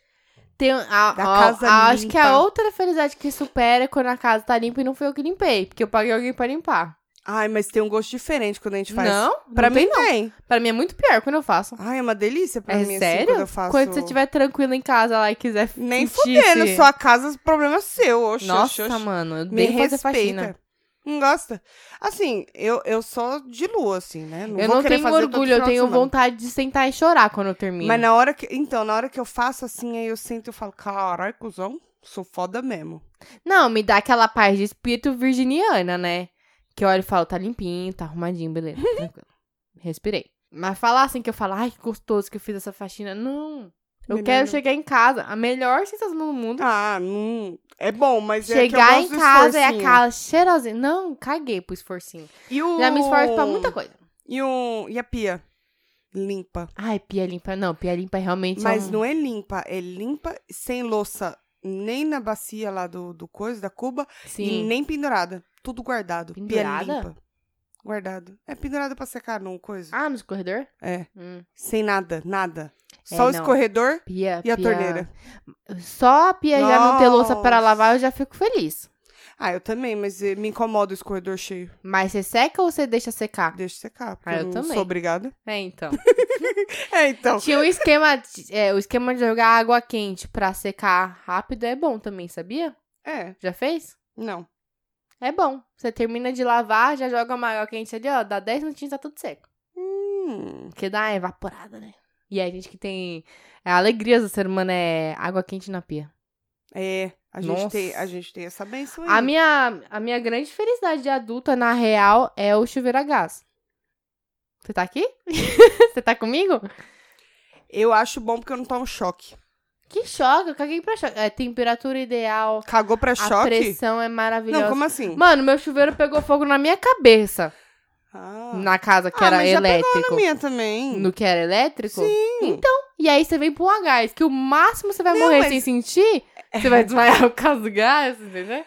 Da casa acho que a limpa. outra felicidade que supera é quando a casa tá limpa e não foi eu que limpei. Porque eu paguei alguém pra limpar. Ai, mas tem um gosto diferente quando a gente faz. Não, Pra não mim tem, não. tem. Pra mim é muito pior quando eu faço. Ai, é uma delícia pra É mim, sério? assim, quando eu faço. Quando você estiver tranquilo em casa lá e quiser Nem sentir fudendo, esse- sua casa, o problema é seu. Oxe, Nossa, oxe, oxe. mano, eu Me odeio fazer faxina. respeita. Não gosta? Assim, eu sou de lua, assim, né? Eu vou não querer tenho fazer todo orgulho, eu final de tenho semana. vontade de sentar e chorar quando eu termino. Mas na hora que eu faço assim, aí eu sento e falo, carai, cuzão, sou foda mesmo. Não, me dá aquela paz de espírito virginiana, né? Que eu olho e falo, tá limpinho, tá arrumadinho, beleza, tranquilo. Respirei. Mas falar assim que eu falo, ai, que gostoso que eu fiz essa faxina. Não. Eu Melhor quero não. chegar em casa, a melhor sensação do mundo. Ah, não. É bom, mas é que eu Chegar gosto em do casa e a esforcinho. casa cheirosinha. Não, caguei pro esforcinho. Já me esforço pra muita coisa. E a pia? Limpa. Ai, pia limpa. Não, pia limpa realmente Mas não é limpa sem louça nem na bacia lá do coisa, da cuba, e Sim. nem pendurada. Tudo guardado. Pendurada? Pia limpa. Guardado. É pendurada pra secar num coisa. Ah, no escorredor? É. Hum. Sem nada, nada. É, Só o não. escorredor Pia, e a pia- torneira. Só a pia já não ter louça para Nossa. lavar, eu já fico feliz. Ah, eu também, mas me incomoda o escorredor cheio. Mas você seca ou você deixa secar? Deixa secar, porque Ah, eu eu não também. sou obrigada. É, então. É, então. Tinha o esquema de jogar água quente pra secar rápido, é bom também, sabia? É, Já fez? não. É bom. Você termina de lavar, já joga uma água quente ali, ó, dá 10 minutinhos, tá tudo seco. Porque dá uma evaporada, né? E a gente que tem... A alegria do ser humano é água quente na pia. É, a Nossa. gente tem essa benção aí. A minha grande felicidade de adulta, na real, é o chuveiro a gás. Você tá aqui? Você tá comigo? Eu acho bom porque eu não tomo choque. Que choque, eu caguei pra choque. É temperatura ideal, Cagou pra a choque? pressão é maravilhosa. Não, como assim? Mano, meu chuveiro pegou fogo na minha cabeça. Ah. Na casa que era mas já pegou elétrico. na minha também. No que era elétrico? Sim. Então, e aí você vem pro a gás, que o máximo você vai Não, morrer mas- sem sentir, você vai desmaiar por causa do gás, entendeu?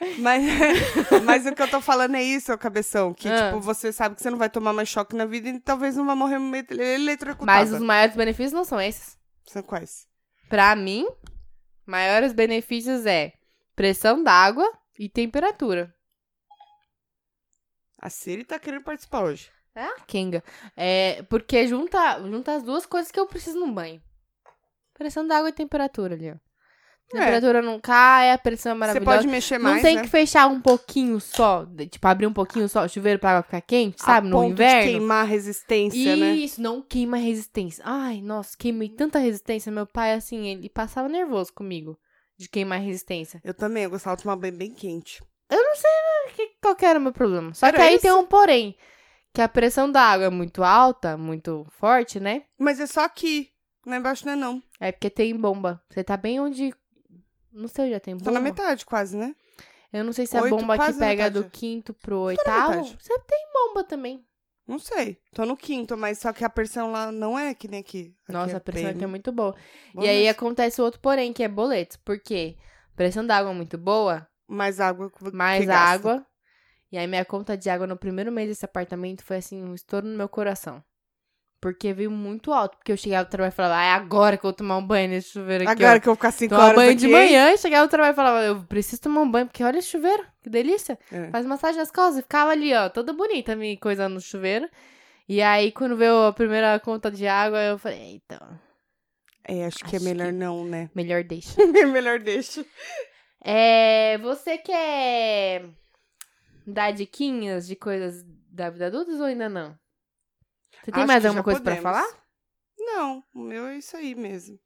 Mas o que eu tô falando é isso, ô cabeção. Que, Ah. tipo, você sabe que você não vai tomar mais choque na vida e talvez não vai morrer eletrocutado. Mas os maiores benefícios não são esses. São quais? Pra mim, maiores benefícios é pressão d'água e temperatura. A Siri tá querendo participar hoje. É a Kenga. Porque junta as duas coisas que eu preciso no banho. Pressão da água e temperatura ali, ó. Temperatura não cai, a pressão é maravilhosa. Você pode mexer mais, não tem né? que fechar um pouquinho só, tipo, abrir um pouquinho só o chuveiro pra água ficar quente, sabe? No inverno. De queimar a resistência, né? Isso, não queima a resistência. Ai, nossa, queimei tanta resistência. Meu pai, assim, ele passava nervoso comigo de queimar a resistência. Eu também, eu gostava de tomar banho bem quente. Eu não sei qual que era o meu problema. Só Era que aí esse? tem um porém. Que a pressão da água é muito alta, muito forte, né? Mas é só aqui. Lá embaixo não é não. É porque tem bomba. Você tá bem onde... Não sei onde já tem bomba. Tá na metade quase, né? Eu não sei se a 8, bomba aqui quase na pega metade. do 5º pro Tô na 8º. metade. Você tem bomba também. Não sei. Tô no 5º, mas só que a pressão lá não é que nem aqui. Nossa, a pressão aqui é muito boa. Boa E aí mesmo. acontece o outro porém, que é boletos. Por quê? Pressão da água é muito boa, Mais água que mais gasta. água. E aí minha conta de água no primeiro mês desse apartamento foi assim, um estouro no meu coração. Porque veio muito alto. Porque eu chegava do trabalho e falava, é agora que eu vou tomar um banho nesse chuveiro aqui, Agora ó. que eu vou ficar 5 Tomar horas banho aqui, de manhã, e chegava do trabalho e falava, eu preciso tomar um banho, porque olha esse chuveiro, que delícia. É. Faz massagem nas costas. Ficava ali, ó, toda bonita, me coisando no chuveiro. E aí, quando veio a primeira conta de água, eu falei, eita, Acho que é Acho melhor que- não, né? melhor deixa. Melhor deixa. Você quer dar diquinhas de coisas da vida adulta ou ainda não? Você tem Acho mais que alguma já coisa pra podemos. falar? Não, o meu é isso aí mesmo.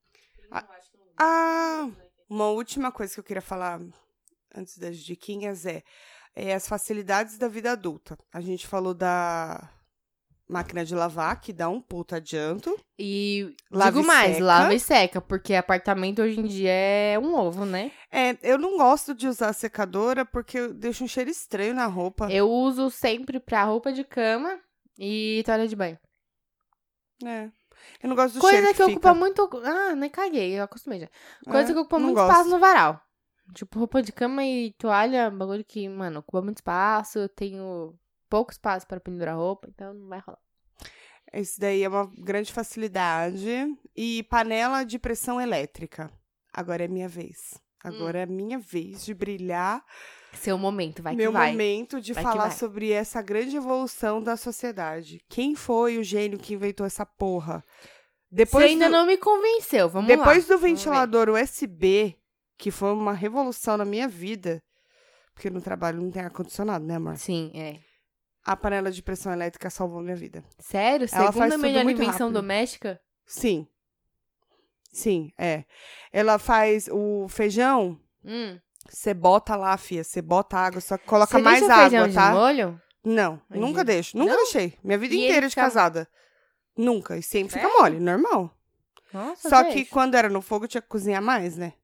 Uma última coisa que eu queria falar antes das diquinhas é as facilidades da vida adulta. A gente falou da máquina de lavar, que dá um puta adianto. E Lava digo e mais, seca. lava e seca, porque apartamento hoje em dia é um ovo, né? Eu não gosto de usar secadora porque deixa um cheiro estranho na roupa. Eu uso sempre pra roupa de cama e toalha de banho. Eu não gosto do cheiro Coisa que fica. ocupa muito... Ah, nem caguei, eu acostumei já. Coisa que ocupa não muito gosto. espaço no varal. Tipo, roupa de cama e toalha, bagulho que, mano, ocupa muito espaço. Eu tenho pouco espaço pra pendurar roupa, então não vai rolar. Esse daí é uma grande facilidade. E panela de pressão elétrica. Agora é minha vez. Agora é minha vez de brilhar. Seu momento, vai Meu que vai. momento de Vai que falar vai. sobre essa grande evolução da sociedade. Quem foi o gênio que inventou essa porra? Você ainda não me convenceu, vamos lá. Depois do Vamos ver. ventilador USB, que foi uma revolução na minha vida, porque no trabalho não tem ar-condicionado, né, amor? Sim, é. A panela de pressão elétrica salvou minha vida. Sério? Ela faz Segunda tudo melhor muito invenção rápido. doméstica? Sim. Sim, é. Ela faz o feijão, você bota lá, fia, você bota água, só que coloca Você mais deixa o água, feijão tá? de molho? Não, Ai, nunca gente. deixo. Nunca Não? deixei. Minha vida E ele inteira de ficava- casada. Nunca. E sempre fica Sério? mole, normal. Nossa, Só deixa. que quando era no fogo, eu tinha que cozinhar mais, né?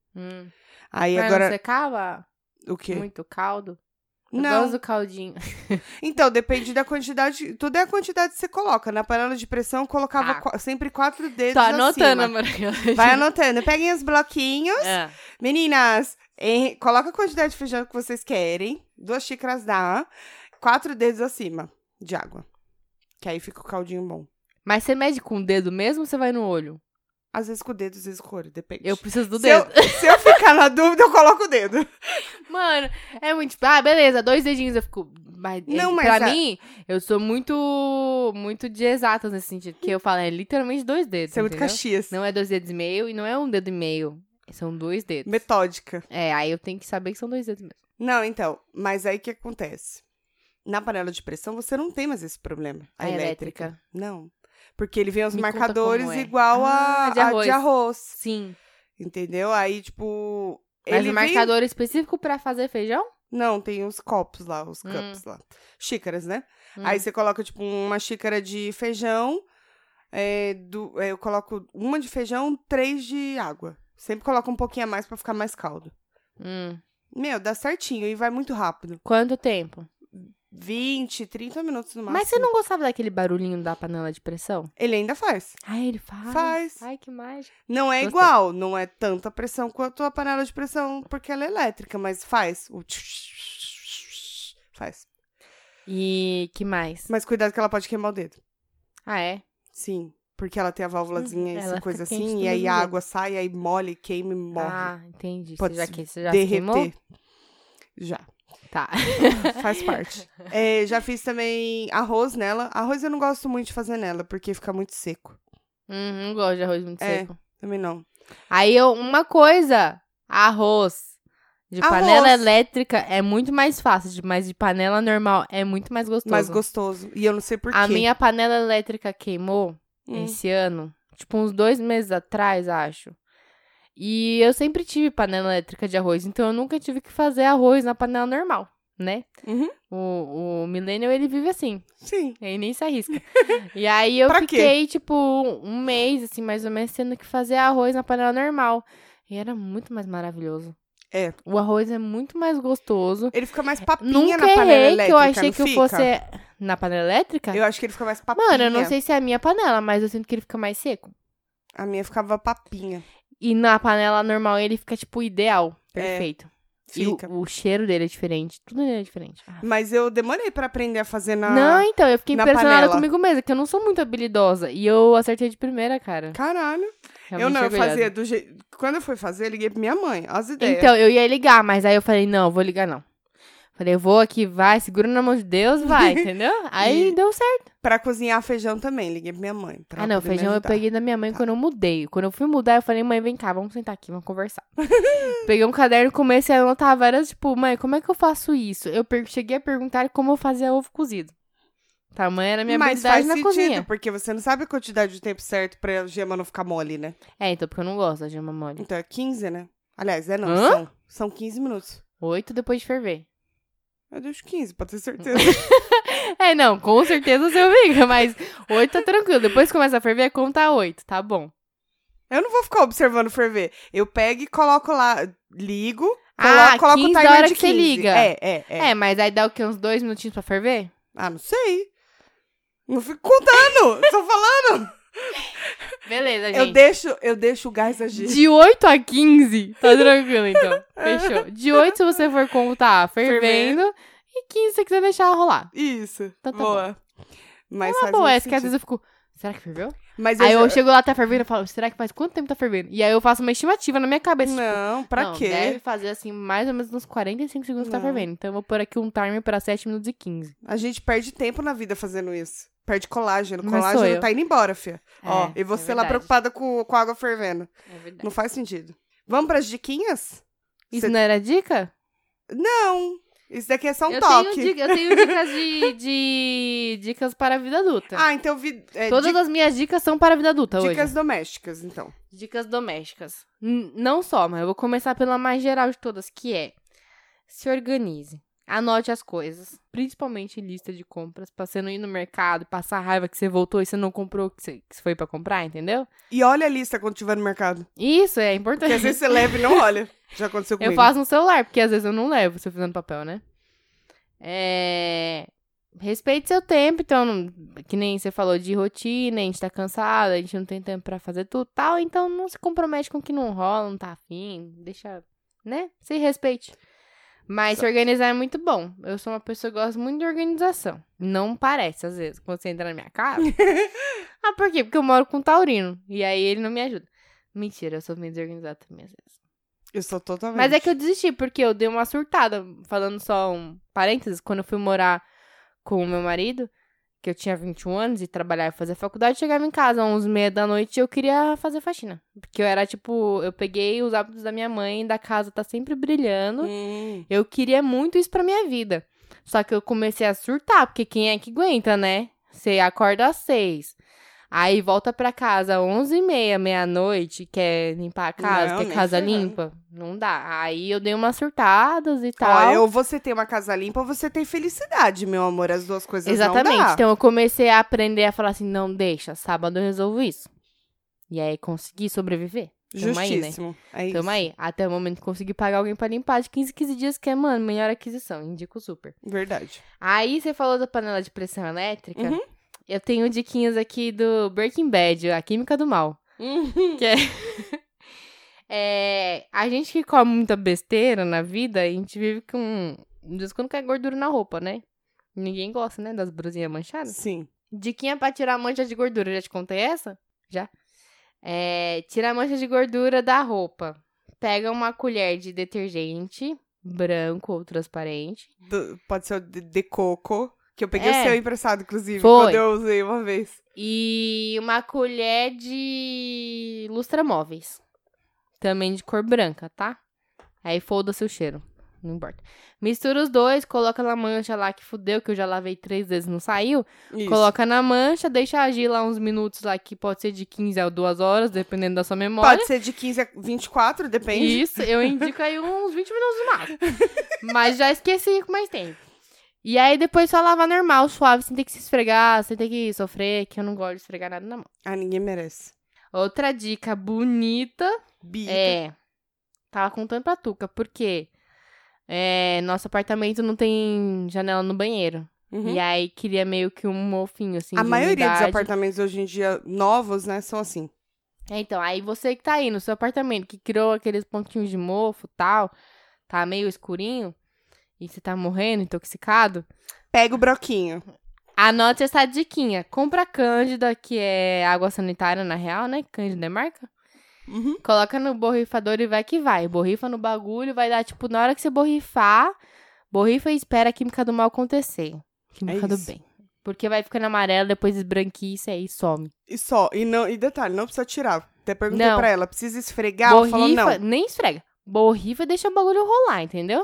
Aí Mas agora. não secava O quê? muito caldo? Eu Não. gosto do caldinho. Então, depende da quantidade. Tudo é a quantidade que você coloca. Na panela de pressão, eu colocava Tá. sempre 4 dedos. Tô anotando, acima. amor. Vai anotando. Peguem os bloquinhos. É. Meninas, coloca a quantidade de feijão que vocês querem. 2 xícaras dá. 4 dedos acima de água. Que aí fica o caldinho bom. Mas você mede com o dedo mesmo ou você vai no olho? Às vezes com o dedo, às vezes com o olho. Depende. Eu preciso do Se dedo. se eu ficar na dúvida, eu coloco o dedo. Mano, é muito tipo, beleza, 2 dedinhos eu fico. Mas, Não, mas pra mim, eu sou muito de exatas nesse sentido. Que eu falo, é literalmente 2 dedos. Você é muito entendeu? Caxias. Não é 2 dedos e meio e não é 1 dedo e meio. São 2 dedos. Metódica. Aí eu tenho que saber que são 2 dedos mesmo. Não, então. Mas aí o que acontece? Na panela de pressão, você não tem mais esse problema. A elétrica. Não. Porque ele vem os Me conta marcadores como é. igual Ah, de a arroz. de arroz. Sim. Entendeu? Aí, tipo. Mas ele o vem- marcador específico pra fazer feijão? Não, tem os copos lá, os cups lá. Xícaras, né? Hum. Aí você coloca, tipo, uma xícara de feijão. Eu coloco uma de feijão, 3 de água. Sempre coloco um pouquinho a mais pra ficar mais caldo. Meu, dá certinho e vai muito rápido. Quanto tempo? 20, 30 minutos no máximo. Mas você não gostava daquele barulhinho da panela de pressão? Ele ainda faz. Ele faz. Faz. Ai, que mágico. Não é Gostei. igual, não é tanta pressão quanto a panela de pressão, porque ela é elétrica, mas faz. Faz. E que mais? Mas cuidado que ela pode queimar o dedo. Ah, é? Sim, porque ela tem a válvulazinha, Ela essa fica coisa quente assim, do e aí mesmo a jeito. água sai, aí molha, queima e morre. Ah, entendi. Pode Você já se se queimou? derreter. Já. Tá. Faz parte. Já fiz também arroz nela. Arroz eu não gosto muito de fazer nela, porque fica muito seco. Não gosto de arroz muito seco. Também não. Aí, uma coisa. Arroz de panela elétrica é muito mais fácil, mas de panela normal é muito mais gostoso. Mais gostoso. E eu não sei por quê. A minha panela elétrica queimou esse ano. Tipo, uns 2 meses atrás, acho. E eu sempre tive panela elétrica de arroz, então eu nunca tive que fazer arroz na panela normal, né? O Millennial, ele vive assim. Sim. Ele nem se arrisca. E aí eu fiquei, tipo, um mês, assim, mais ou menos, tendo que fazer arroz na panela normal. E era muito mais maravilhoso. O arroz é muito mais gostoso. Ele fica mais papinha Nunca na panela elétrica, que eu achei que eu fosse... Na panela elétrica? Eu acho que ele fica mais papinha. Mano, eu não sei se é a minha panela, mas eu sinto que ele fica mais seco. A minha ficava papinha. E na panela normal ele fica, tipo, ideal. Perfeito. Fica. E o cheiro dele é diferente. Tudo dele é diferente. Mas eu demorei pra aprender a fazer na Não, então, eu fiquei impressionada panela. comigo mesma, que eu não sou muito habilidosa. E eu acertei de primeira, cara. Caralho. Realmente Eu fazia do jeito... Quando eu fui fazer, eu liguei pra minha mãe. Olha as ideias. Então, eu ia ligar, mas aí eu falei, não, eu vou ligar não. Falei, eu vou aqui, vai, segura na mão de Deus, vai, entendeu? Aí deu certo. Pra cozinhar feijão também, liguei pra minha mãe. Não, feijão eu peguei da minha mãe quando eu mudei. Quando eu fui mudar, eu falei, mãe, vem cá, vamos sentar aqui, vamos conversar. Peguei um caderno, comecei a anotar várias, tipo, mãe, como é que eu faço isso? Eu cheguei a perguntar como eu fazia ovo cozido. Tamanha era a minha habilidade na cozinha. Mas faz sentido, porque você não sabe a quantidade de tempo certo pra gema não ficar mole, né? Então, porque eu não gosto da gema mole. Então é 15, né? Aliás, não, são 15 minutos. 8 depois de ferver. Eu deixo 15, pra ter certeza. Não, com certeza você fica, mas 8 tá tranquilo. Depois que começa a ferver, conta 8, tá bom. Eu não vou ficar observando ferver. Eu pego e coloco lá, ligo, coloco o 15 timer da hora de que 15. você liga. Mas aí dá o quê? Uns 2 minutinhos pra ferver? Não sei. Não fico contando, tô falando. Beleza, gente. Eu deixo o gás agir. De 8 a 15, tá tranquilo, então. Fechou. De 8, se você for contar, fervendo. E 15, se você quiser deixar rolar. Isso. Tá boa. Bom. Mas faz boa, que às vezes eu fico... Será que ferveu? Mas aí eu chego lá, tá fervendo, e falo, será que faz quanto tempo tá fervendo? E aí eu faço uma estimativa na minha cabeça. Não, pra quê? Deve fazer, assim, mais ou menos uns 45 segundos que tá fervendo. Então eu vou pôr aqui um timer pra 7 minutos e 15. A gente perde tempo na vida fazendo isso. Perde colágeno. Mas Colágeno tá indo embora, fia. E você lá verdade. preocupada com a água fervendo. É verdade. Não faz sentido. Vamos pras diquinhas? Isso não era dica? Não. Isso daqui é só um toque. Eu tenho dicas dicas para a vida adulta. Então... Todas as minhas dicas são para a vida adulta hoje. Dicas domésticas, então. Dicas domésticas. Não só, mas eu vou começar pela mais geral de todas, que é... Se organize. Anote as coisas. Principalmente lista de compras. Pra você não ir no mercado, passar raiva que você voltou e você não comprou o que você foi pra comprar, entendeu? E olha a lista quando estiver no mercado. Isso, é importante. Porque às vezes você leva e não olha. Já aconteceu comigo. Eu faço no celular, porque às vezes eu não levo se eu fizer no papel, né? Respeite seu tempo, então, que nem você falou de rotina, a gente tá cansado, a gente não tem tempo pra fazer tudo tal, então não se compromete com o que não rola, não tá afim, deixa, né? Se respeite. Mas se organizar é muito bom. Eu sou uma pessoa que gosta muito de organização. Não parece, às vezes, quando você entra na minha casa. Por quê? Porque eu moro com um taurino, e aí ele não me ajuda. Mentira, eu sou meio desorganizada também, às vezes. Eu sou totalmente. Mas é que eu desisti, porque eu dei uma surtada, falando só um parênteses, quando eu fui morar com o meu marido, que eu tinha 21 anos e trabalhava e fazia faculdade, chegava em casa às 11h30 da noite e eu queria fazer faxina. Porque eu era, tipo, eu peguei os hábitos da minha mãe, da casa tá sempre brilhando. Eu queria muito isso pra minha vida. Só que eu comecei a surtar, porque quem é que aguenta, né? Você acorda às 6. Aí volta pra casa às 11h30, meia-noite, quer limpar a casa, quer casa limpa. Não dá. Aí eu dei umas surtadas e tal. Ou você tem uma casa limpa ou você tem felicidade, meu amor. As duas coisas Exatamente. não dá. Então eu comecei a aprender a falar assim, não deixa, sábado eu resolvo isso. E aí consegui sobreviver. Justíssimo. Tamo aí, né? Tamo aí. Até o momento que consegui pagar alguém pra limpar de 15 dias, que é, mano, melhor aquisição. Indico super. Verdade. Aí você falou da panela de pressão elétrica. Eu tenho diquinhas aqui do Breaking Bad, a química do mal. Que a gente que come muita besteira na vida, a gente vive com... De vez em quando cai gordura na roupa, né? Ninguém gosta, né? Das brusinhas manchadas. Sim. Diquinha pra tirar a mancha de gordura. Já te contei essa? Já? Tira a mancha de gordura da roupa. Pega uma colher de detergente, branco ou transparente. Pode ser o de coco, que eu peguei o seu emprestado, inclusive, Foi. quando eu usei uma vez. E uma colher de lustramóveis. Também de cor branca, tá? Aí foda-se o cheiro. Não importa. Mistura os dois, coloca na mancha lá que fudeu, que eu já lavei 3 vezes e não saiu. Isso. Coloca na mancha, deixa agir lá uns minutos lá, que pode ser de 15 a 2 horas, dependendo da sua memória. Pode ser de 15 a 24, depende. Isso, eu indico aí uns 20 minutos no máximo. Mas já esqueci com mais tempo. E aí depois só lavar normal, suave, sem ter que se esfregar, sem ter que sofrer, que eu não gosto de esfregar nada na mão. Ah, ninguém merece. Outra dica bonita tava contando pra Tuca, porque nosso apartamento não tem janela no banheiro. Uhum. E aí queria meio que um mofinho, assim, A de maioria dos umidade. apartamentos hoje em dia novos, né, são assim. Então, aí você que tá aí no seu apartamento, que criou aqueles pontinhos de mofo e tal, tá meio escurinho, e você tá morrendo, intoxicado, Pega o broquinho. anote essa diquinha. Compra Cândida, que é água sanitária, na real, né? Cândida é marca. Uhum. Coloca no borrifador e vai que vai. Borrifa no bagulho, vai dar, tipo, na hora que você borrifar, borrifa e espera a química do mal acontecer. Química do isso. bem. Porque vai ficando amarelo, depois esbranquiça e aí some. E só. E detalhe, não precisa tirar. Até perguntei Não. pra ela, precisa esfregar? Ela falou não. Nem esfrega. Borrifa e deixa o bagulho rolar, entendeu?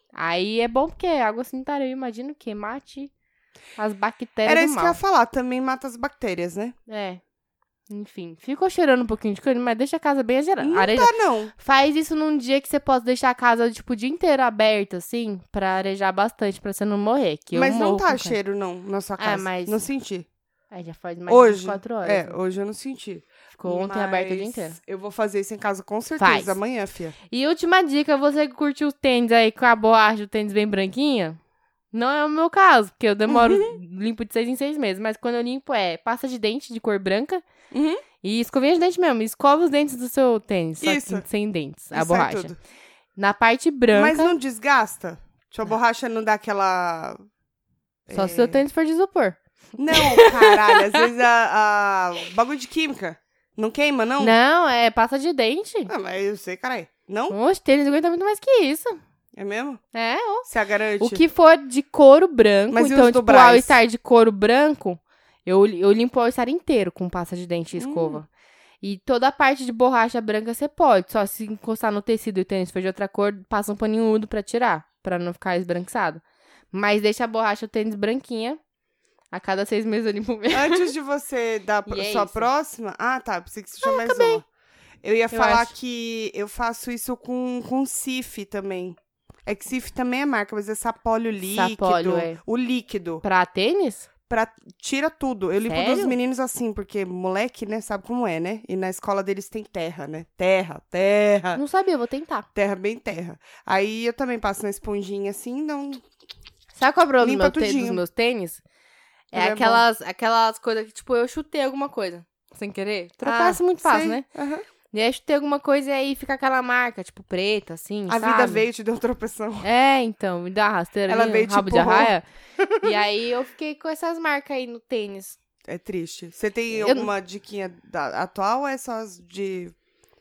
Aí é bom porque água sanitária, eu imagino que mate as bactérias Era do isso que eu mal. ia falar, também mata as bactérias, né? É. Enfim, ficou cheirando um pouquinho de coisa, mas deixa a casa bem Não arejada. tá, não. Faz isso num dia que você possa deixar a casa, tipo, o dia inteiro aberta, assim, pra arejar bastante, pra você não morrer. Que Mas eu não morro tá com cheiro, não, na sua casa. mas- Não senti. Aí já faz mais Hoje, de 24 horas. né? hoje eu não senti. Ficou ontem aberto o dia inteiro. Eu vou fazer isso em casa com certeza, Faz. amanhã, fia. E última dica, você que curte o tênis aí com a borracha, o tênis bem branquinha, não é o meu caso, porque eu demoro, limpo de 6 em 6 meses, mas quando eu limpo pasta de dente de cor branca Uhum. e escovinha de dente mesmo, escova os dentes do seu tênis, só Isso. que sem dentes, a E sai borracha. tudo. Na parte branca, Mas não desgasta? Sua borracha não dá aquela... só se o seu tênis for de isopor. Não, caralho, às vezes a bagulho de química não queima, não? Não, é pasta de dente. Ah, mas eu sei, caralho. Não? Oxe, tênis aguenta muito mais que isso. É mesmo? É, ó. Você a garante? O que for de couro branco, Mas e então, os tipo, o dobrais? All-Star de couro branco, eu limpo o All-Star inteiro com pasta de dente e escova. E toda a parte de borracha branca você pode, só se encostar no tecido e o tênis for de outra cor, passa um paninho úmido pra tirar, pra não ficar esbranquiçado. Mas deixa a borracha, o tênis branquinha, a cada 6 meses eu limpo mesmo. Antes de você dar E é sua isso. próxima... Ah, tá, pensei que você tinha mais uma. Eu ia falar acho. que eu faço isso com Cif também. É que Cif também é marca, mas é sapólio líquido. Sapólio, é. O líquido. Pra tênis? Tira tudo. Eu limpo Sério? dos meninos assim, porque moleque, né, sabe como é, né? E na escola deles tem terra, né? Terra. Não sabia, eu vou tentar. Terra, bem terra. Aí eu também passo na esponjinha assim, não... Sabe qual é o problema Limpa dos tudinho. meus tênis? Ele é aquelas coisas que, tipo, eu chutei alguma coisa, sem querer. Tropeço muito fácil, sei. né? Aham. E aí chutei alguma coisa e aí fica aquela marca, tipo, preta, assim, A sabe? vida veio e te deu tropeção. É, então, me dá uma rasteira Ela ali, veio, um rabo tipo, de arraia. E aí eu fiquei com essas marcas aí no tênis. É triste. Você tem Eu alguma diquinha atual ou é só as de...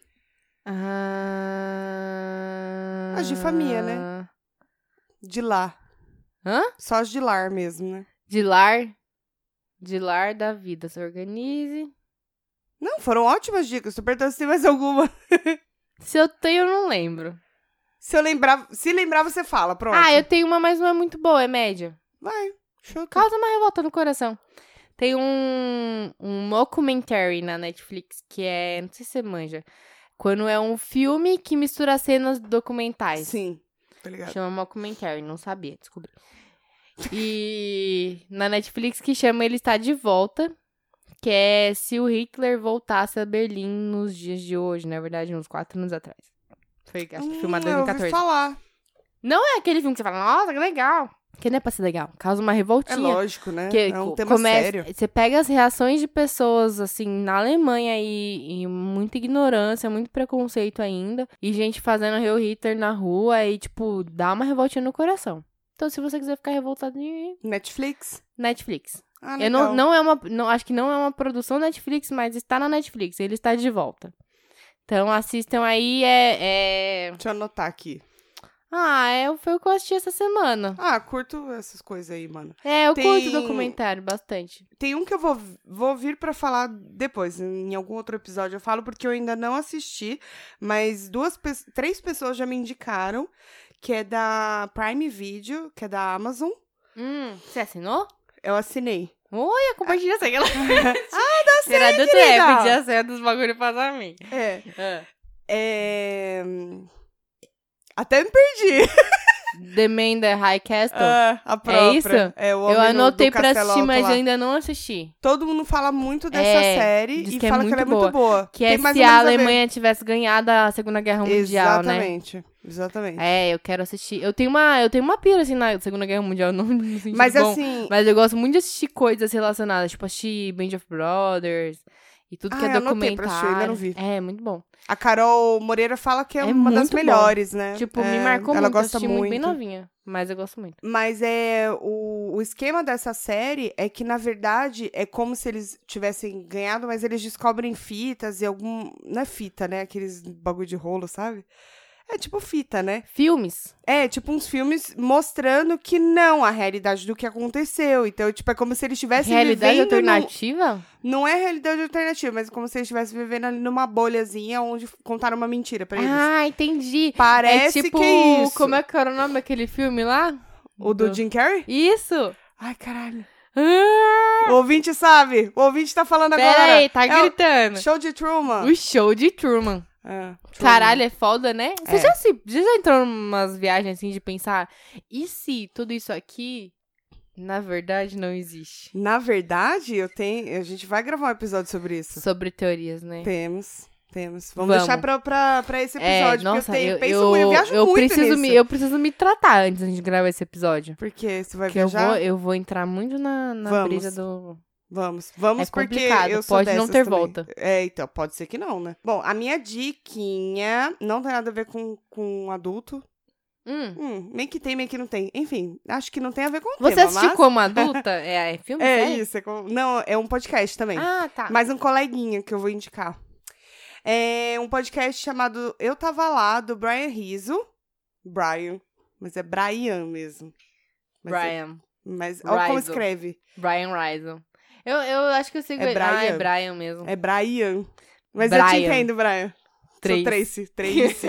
As de família, né? De lá? Hã? Só as de lar mesmo, né? De lar. De lar da vida. Se organize. Não, foram ótimas dicas. Tô perguntando se tem mais alguma. Se eu tenho, eu não lembro. Se lembrar, você fala. Pronto. Ah, eu tenho uma, mas não é muito boa, é média. Vai, chuta. Causa uma revolta no coração. Tem um mockumentary na Netflix que é... Não sei se você manja. Quando é um filme que mistura cenas documentais. Sim, tá ligado. Chama mockumentary, não sabia, descobri. E na Netflix que chama Ele Está de Volta, que é se o Hitler voltasse a Berlim nos dias de hoje, na verdade, uns 4 anos atrás. Foi, acho que filmado em Eu ouvi 2014. falar. Não é aquele filme que você fala, nossa, que legal. Que não é pra ser legal, causa uma É revoltinha. lógico, né? Que É um tema sério. Você pega as reações de pessoas, assim, na Alemanha e muita ignorância, muito preconceito ainda. E gente fazendo Heil Hitler na rua e, tipo, dá uma revoltinha no coração. Então, se você quiser ficar revoltado, Netflix? Netflix. Ah, Eu legal. acho que não é uma produção Netflix, mas está na Netflix. Ele está de volta. Então, assistam aí, Deixa eu anotar aqui. Foi o que eu assisti essa semana. Curto essas coisas aí, mano. Eu curto documentário bastante. Tem um que eu vou vir pra falar depois, em algum outro episódio eu falo, porque eu ainda não assisti, mas 3 pessoas já me indicaram, que é da Prime Video, que é da Amazon. Você assinou? Eu assinei. Olha, compartilha essa. Dá Será do querida. pedir a senha dos bagulho pra mim. Até me perdi. The Man in the High Castle. A própria. É isso? O homem Eu anotei do pra assistir, castelo mas alto eu lá. ainda não assisti. Todo mundo fala muito dessa série diz e que é fala que ela é muito muito boa. Que Tem é mais se ou a menos ver. Alemanha tivesse ganhado a Segunda Guerra Mundial, né? Exatamente. Eu quero assistir. Eu tenho uma pira, assim, na Segunda Guerra Mundial, não no sentido Mas bom. assim... Mas eu gosto muito de assistir coisas relacionadas, tipo, assistir Band of Brothers e tudo que é eu anotei pra documentário. assistir, ainda não vi. É, muito bom. A Carol Moreira fala que é uma das muito bom. melhores, né? Tipo, me marcou ela muito. gosta Eu assisti muito bem muito. novinha, mas eu gosto muito. Mas o esquema dessa série é que, na verdade, é como se eles tivessem ganhado, mas eles descobrem fitas e não é fita, né? Aqueles bagulho de rolo, sabe? É tipo fita, né? Filmes? É, tipo uns filmes mostrando que não a realidade do que aconteceu. Então, tipo, é como se eles estivessem Realidade vivendo... alternativa? Não é realidade alternativa, mas é como se eles estivessem vivendo ali numa bolhazinha onde contaram uma mentira pra eles. Entendi. Parece tipo, que é isso. Como é que era o nome daquele filme lá? O do Jim Carrey? Isso! Ai, caralho. O ouvinte sabe. O ouvinte tá falando agora. Peraí, tá É gritando. Show de Truman. O Show de Truman. Truman. Caralho, é foda, né? Você já entrou numas viagens assim de pensar, e se tudo isso aqui, na verdade, não existe? Na verdade, a gente vai gravar um episódio sobre isso. Sobre teorias, né? Temos. Vamos deixar pra esse episódio, nossa, porque eu viajo muito nisso. Eu preciso me tratar antes de gravar esse episódio. Por quê? Você vai Porque viajar? eu vou entrar muito na brisa do... Vamos, É porque complicado, eu sou pode não dessas ter também. volta. Então, pode ser que não, né? Bom, a minha diquinha não tem nada a ver com adulto. Meio que tem, meio que não tem. Enfim, acho que não tem a ver com o Você tema, assistiu mas... como adulta? É filme? série? Isso. Não, é um podcast também. Tá. Mas um coleguinha que eu vou indicar. É um podcast chamado Eu Tava Lá, do Brian Rizzo. Mas é Brian mesmo. Mas olha como Rizzo. escreve. Brian Rizzo. Eu acho que eu sigo É ele. Brian. É Brian mesmo. É Brian. Mas eu te Brian. entendo, Brian. Tracy. Sou Tracy.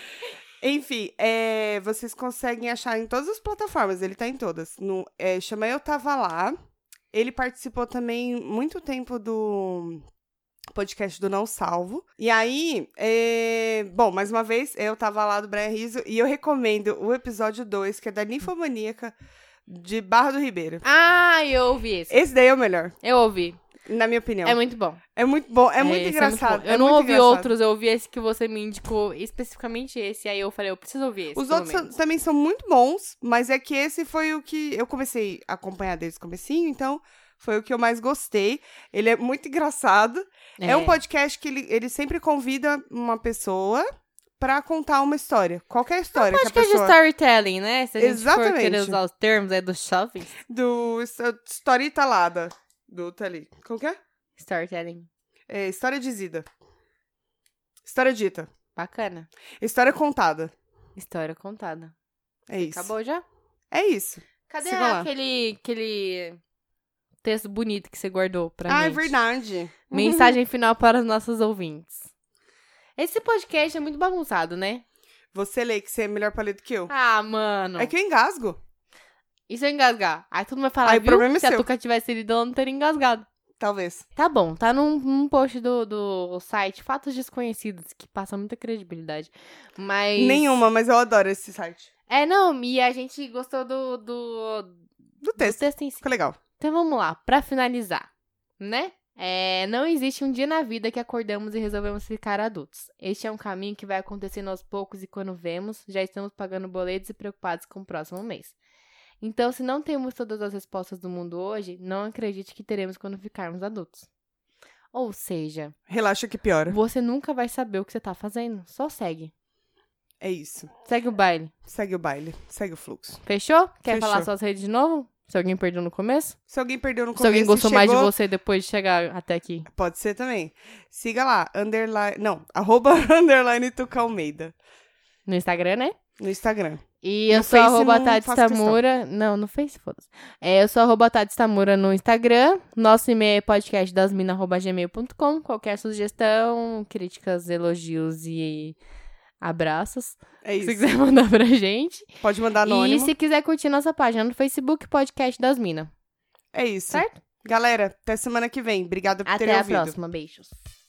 Enfim, vocês conseguem achar em todas as plataformas. Ele tá em todas. Chama Eu Tava Lá. Ele participou também muito tempo do podcast do Não Salvo. E aí, bom, mais uma vez, Eu Tava Lá do Brian Rizzo. E eu recomendo o episódio 2, que é da Ninfomaníaca de Barra do Ribeiro. Eu ouvi esse. Esse daí é o melhor, Eu ouvi. na minha opinião. É muito bom. É muito bom, é muito Esse engraçado. muito bom. Eu não ouvi outros, eu ouvi esse que você me indicou, especificamente esse. Aí eu falei, eu preciso ouvir esse. Os outros também são muito bons, mas é que esse foi o que eu comecei a acompanhar desde o comecinho, então foi o que eu mais gostei. Ele é muito engraçado. É um podcast que ele sempre convida uma pessoa pra contar uma história. Qualquer história que a pessoa... de storytelling, né? Se a gente for querer Exatamente. usar os termos dos shoppings. Do Story Talada. Do Tali. Como que é? Storytelling. História dizida. História dita. Bacana. História contada. História contada. É isso. Acabou já? É isso. Cadê Siga lá. aquele texto bonito que você guardou pra É gente? verdade. Mensagem final para os nossos ouvintes. Esse podcast é muito bagunçado, né? Você lê que você é melhor pra ler do que eu. Mano. É que eu engasgo. E se eu engasgar? Aí todo mundo vai falar, Aí o viu? problema é Se a seu. Tuca tivesse lido, ela não teria engasgado. Talvez. Tá bom, tá num post do site Fatos Desconhecidos, que passa muita credibilidade. Mas... Nenhuma, mas eu adoro esse site. Não, e a gente gostou do texto. texto em si. Ficou legal. Então vamos lá, pra finalizar, né? Não existe um dia na vida que acordamos e resolvemos ficar adultos. Este é um caminho que vai acontecendo aos poucos e quando vemos, já estamos pagando boletos e preocupados com o próximo mês. Então, se não temos todas as respostas do mundo hoje, não acredite que teremos quando ficarmos adultos. Ou seja, Relaxa que piora. você nunca vai saber o que você tá fazendo, só segue. É isso. Segue o baile. Segue o baile. Segue o fluxo. Fechou? Quer Fechou. falar suas redes de novo? Se alguém perdeu no começo? Se alguém perdeu no Se começo alguém gostou e mais de chegou, você depois de chegar até aqui. pode ser também. Siga lá, @, Tuca Almeida. No Instagram, né? No Instagram. E eu No sou Face arroba não Tati faço questão. Tamura. Não, no Face, foda-se. Eu sou arroba Tati Tamura no Instagram. Nosso e-mail é podcastdasmina@gmail.com. Qualquer sugestão, críticas, elogios e abraços. É Se isso. você quiser mandar pra gente. Pode mandar E anônimo. se quiser curtir nossa página no Facebook, Podcast das Minas. É isso. Certo? Galera, até semana que vem. Obrigada por terem Até a ouvido. próxima. Beijos.